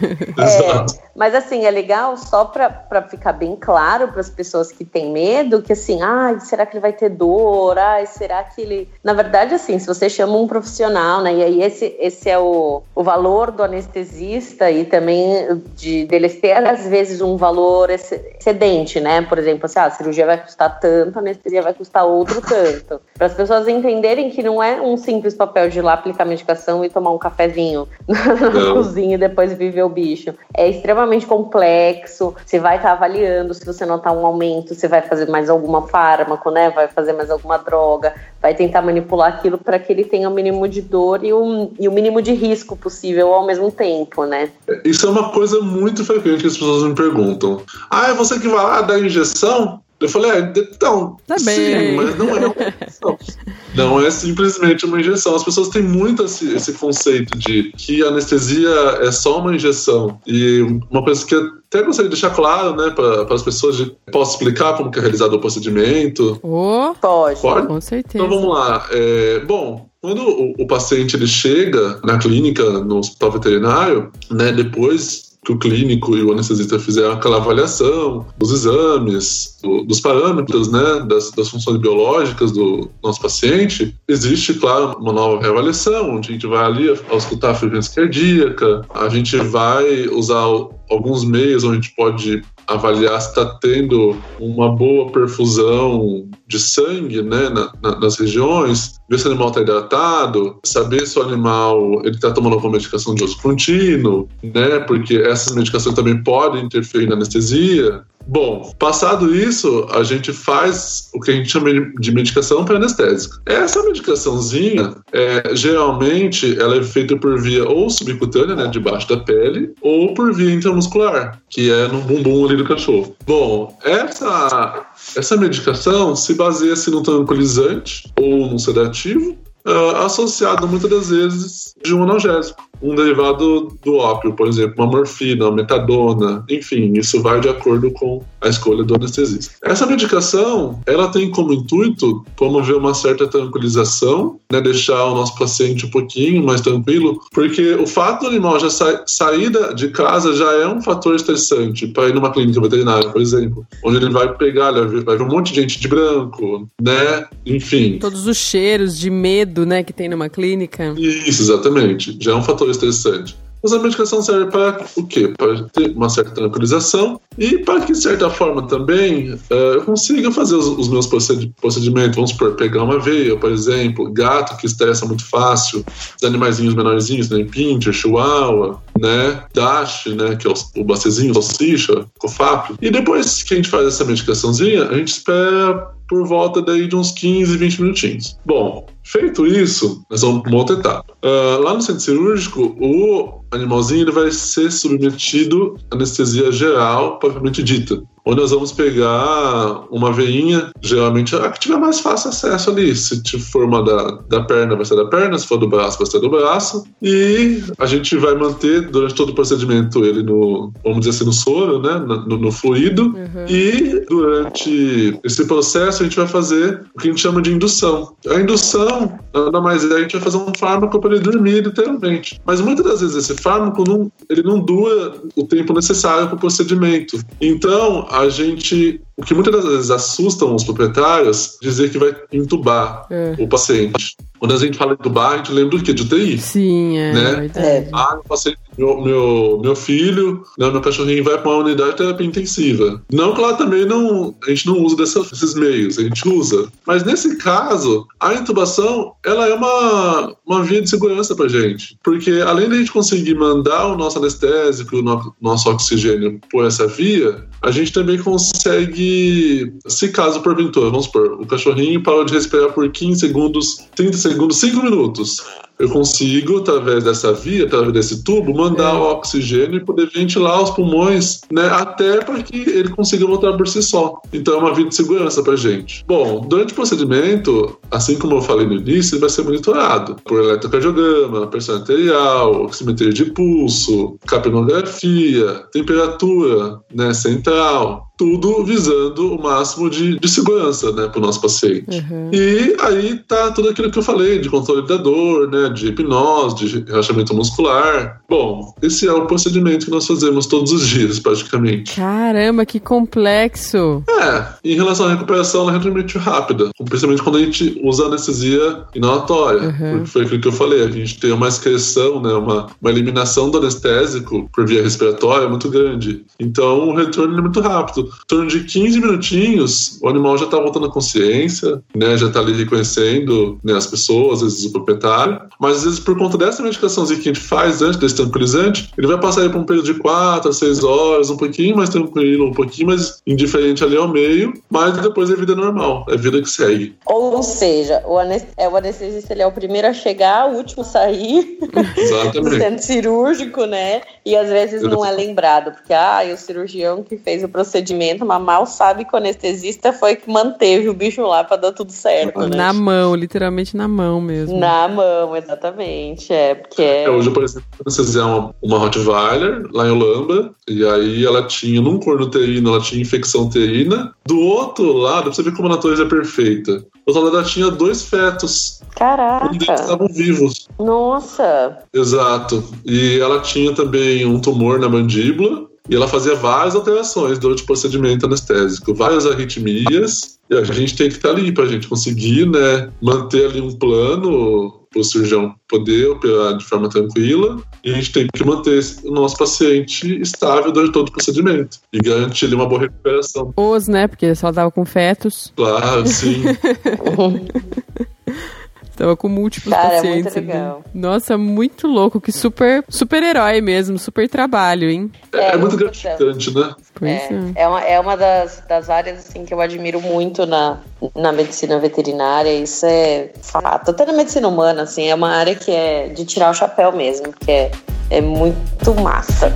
Exato. É, mas assim, é legal só para ficar bem claro para as pessoas que têm medo, que assim, ai, será que ele vai ter dor? Ai, será que ele... Na verdade, assim, se você chama um profissional, né, e aí esse, esse é o, o valor do anestesista e também de, dele ter, às vezes, um valor excedente, né? Por exemplo, assim, ah, a cirurgia vai custar tanto, a anestesia vai custar outro tanto. Para as pessoas entenderem que não é um simples papel de ir lá aplicar medicação e tomar um cafezinho na cozinha e depois viver o bicho. É extremamente complexo, você vai estar tá avaliando, se você notar um aumento, você vai fazer mais alguma fármaco, né? Vai fazer mais alguma droga, vai tentar manipular aquilo para que ele tenha o mínimo de dor e o, e o mínimo de risco possível ao mesmo tempo, né? Isso é uma coisa muito frequente que as pessoas me perguntam. Ah, é você que vai lá dar injeção? Eu falei, é, então, tá sim, bem. mas não é uma injeção. Não é simplesmente uma injeção. As pessoas têm muito esse, esse conceito de que a anestesia é só uma injeção. E uma coisa que eu até gostaria de deixar claro, né, para as pessoas, de, posso explicar como que é realizado o procedimento? Oh, pode. Pode? Com certeza. Então vamos lá. É, bom, quando o, o paciente ele chega na clínica, no hospital veterinário, né, depois que o clínico e o anestesista fizeram aquela avaliação dos exames, do, dos parâmetros, né, das, das funções biológicas do nosso paciente, existe, claro, uma nova reavaliação, onde a gente vai ali auscultar a frequência cardíaca, a gente vai usar alguns meios onde a gente pode avaliar se está tendo uma boa perfusão de sangue, né, na, na, nas regiões, ver se o animal está hidratado, saber se o animal está tomando alguma medicação de uso contínuo, né, porque essas medicações também podem interferir na anestesia. Bom, passado isso, a gente faz o que a gente chama de medicação pré-anestésica. Essa medicaçãozinha, é, geralmente, ela é feita por via ou subcutânea, né, debaixo da pele, ou por via intramuscular, que é no bumbum ali do cachorro. Bom, essa, essa medicação se baseia-se num tranquilizante ou num sedativo, uh, associado muitas das vezes de um analgésico. Um derivado do ópio, por exemplo, uma morfina, uma metadona, enfim, isso vai de acordo com a escolha do anestesista. Essa medicação, ela tem como intuito promover uma certa tranquilização, né, deixar o nosso paciente um pouquinho mais tranquilo, porque o fato do animal já sa- sair de casa já é um fator estressante para ir numa clínica veterinária, por exemplo, onde ele vai pegar, ele vai ver, vai ver um monte de gente de branco, né, enfim. Todos os cheiros de medo, né, que tem numa clínica. Isso, exatamente. Já é um fator estressante. Mas a medicação serve para o quê? Para ter uma certa tranquilização e para que, de certa forma, também uh, eu consiga fazer os, os meus procedimentos. Vamos supor, pegar uma veia, por exemplo, gato que estressa muito fácil, os animaizinhos menorzinhos, né? Pincher, chihuahua, né? Dash, né? Que é o, o bacezinho, salsicha, cofap. E depois que a gente faz essa medicaçãozinha, a gente espera por volta daí de uns quinze, vinte minutinhos. Bom, feito isso, nós vamos para uma outra etapa. Uh, lá no centro cirúrgico, o animalzinho ele vai ser submetido à anestesia geral, propriamente dita, onde nós vamos pegar uma veinha, geralmente a que tiver mais fácil acesso ali. Se for uma da, da perna, vai ser da perna, se for do braço, vai ser do braço. E a gente vai manter durante todo o procedimento ele no, vamos dizer assim, no soro, né? no, no fluido. Uhum. E durante esse processo a gente vai fazer o que a gente chama de indução. A indução, nada mais é, a gente vai fazer um fármaco para ele dormir literalmente. Mas muitas das vezes esse fármaco não, ele não dura o tempo necessário para o procedimento. Então, a gente, o que muitas das vezes assustam os proprietários, dizer que vai entubar é. o paciente. Quando a gente fala em entubar, a gente lembra do quê? De U T I. Sim, é né? verdade. Ah, meu, paciente, meu, meu, meu filho, né, meu cachorrinho vai para uma unidade de terapia intensiva. Não que lá também não, a gente não usa dessa, desses meios, a gente usa. Mas nesse caso, a intubação, ela é uma, uma via de segurança pra gente. Porque além de a gente conseguir mandar o nosso anestésico, o no, nosso oxigênio por essa via, a gente também consegue, se caso porventura, vamos supor, o cachorrinho parou de respirar por quinze segundos, trinta segundos, cinco minutos. Eu consigo, através dessa via, através desse tubo, mandar é. o oxigênio e poder ventilar os pulmões, né, até para que ele consiga voltar por si só. Então é uma via de segurança pra gente. Bom, durante o procedimento, assim como eu falei no início, ele vai ser monitorado por eletrocardiograma, pressão arterial, oximetria de pulso, capnografia, temperatura, né, central. Tudo visando o máximo de, de segurança, né, para o nosso paciente. Uhum. E aí tá tudo aquilo que eu falei, de controle da dor, né, de hipnose, de relaxamento muscular. Bom, esse é o procedimento que nós fazemos todos os dias, praticamente. Caramba, que complexo! É, em relação à recuperação, ela é realmente rápida, principalmente quando a gente usa anestesia inalatória. Uhum. Porque foi aquilo que eu falei, a gente tem uma excreção, né, uma, uma eliminação do anestésico por via respiratória muito grande. Então o retorno é muito rápido. Em torno de quinze minutinhos, o animal já está voltando à consciência, né, já está ali reconhecendo, né, as pessoas, às vezes o proprietário, mas às vezes por conta dessa medicaçãozinha que a gente faz antes desse tranquilizante, ele vai passar aí por um período de quatro a seis horas, um pouquinho mais tranquilo, um pouquinho mais indiferente ali ao meio, mas depois é vida normal, é vida que segue. Ou seja, o, anest- é, o anestesista ele é o primeiro a chegar, o último a sair do centro cirúrgico, né? E às vezes não é lembrado, porque ah, o cirurgião que fez o procedimento, mas mal sabe que o anestesista foi que manteve o bicho lá pra dar tudo certo, né? Na mão, literalmente na mão mesmo. Na mão, exatamente, é, porque é... é hoje, por exemplo, anestesiar uma, uma Rottweiler lá em Holanda, e aí ela tinha, num corno uterino, ela tinha infecção uterina, do outro lado, pra você ver como a natureza é perfeita, do outro lado ela tinha dois fetos. Caraca! Um deles estavam vivos. Nossa! Exato. E ela tinha também um tumor na mandíbula, e ela fazia várias alterações durante o procedimento anestésico, várias arritmias, e a gente tem que estar ali para a gente conseguir, né, manter ali um plano para o cirurgião poder operar de forma tranquila, e a gente tem que manter o nosso paciente estável durante todo o procedimento e garantir ali uma boa recuperação. Os, né, porque só tava com fetos. Claro, sim. Tava com múltiplos Cara, pacientes. É muito legal. Nossa, muito louco. Que super, super herói mesmo. Super trabalho, hein? É, é muito gratificante, né? Pois é, é. é, uma, é uma das, das áreas assim, que eu admiro muito na, na medicina veterinária. Isso é fato. Até na medicina humana, assim, é uma área que é de tirar o chapéu mesmo. Que é, é muito massa.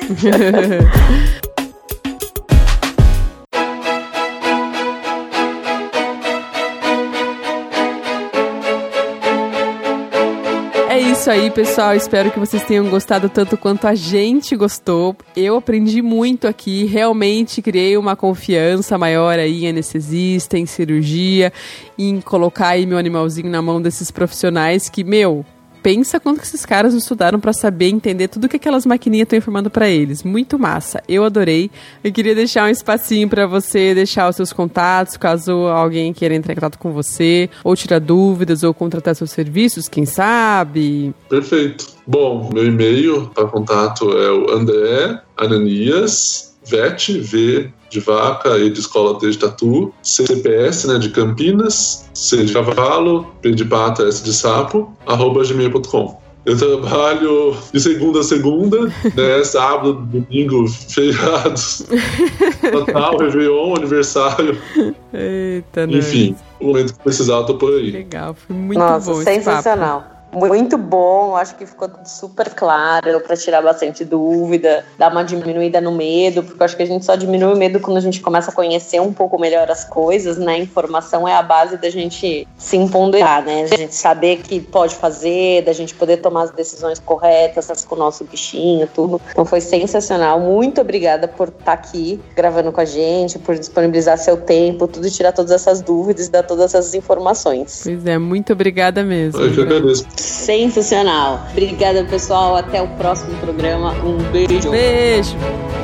É isso aí, pessoal. Espero que vocês tenham gostado tanto quanto a gente gostou. Eu aprendi muito aqui. Realmente criei uma confiança maior aí em anestesista, em cirurgia, em colocar aí meu animalzinho na mão desses profissionais que, meu, pensa quanto que esses caras estudaram pra saber entender tudo que aquelas maquininhas estão informando pra eles. Muito massa. Eu adorei. Eu queria deixar um espacinho pra você deixar os seus contatos, caso alguém queira entrar em contato com você, ou tirar dúvidas, ou contratar seus serviços, quem sabe? Perfeito. Bom, meu e-mail para contato é o André Ananias, Vete, V de vaca, E de escola, T de tatu, C P S, né, de Campinas, C de cavalo, P de pato, S de sapo, arroba gmail ponto com. Eu trabalho de segunda a segunda, né, sábado, domingo, feriados, Natal, Réveillon, aniversário. Eita, enfim, né? o momento que precisar, eu tô por aí. Legal, foi muito Nossa, bom sensacional. esse papo. Muito bom, acho que ficou tudo super claro para tirar bastante dúvida, dar uma diminuída no medo, porque eu acho que a gente só diminui o medo quando a gente começa a conhecer um pouco melhor as coisas, né? Informação é a base da gente se empoderar, né? A gente saber que pode fazer, da gente poder tomar as decisões corretas com o nosso bichinho, tudo. Então foi sensacional. Muito obrigada por estar aqui gravando com a gente, por disponibilizar seu tempo, tudo, e tirar todas essas dúvidas e dar todas essas informações. Pois é, muito obrigada mesmo. Eu que agradeço. Sensacional. Obrigada, pessoal. Até o próximo programa. Um beijo. Beijo.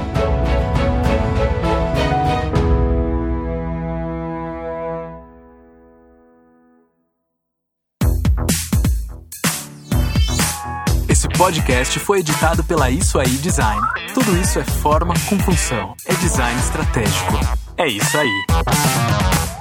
Esse podcast foi editado pela Isso Aí Design. Tudo isso é forma com função. É design estratégico. É isso aí.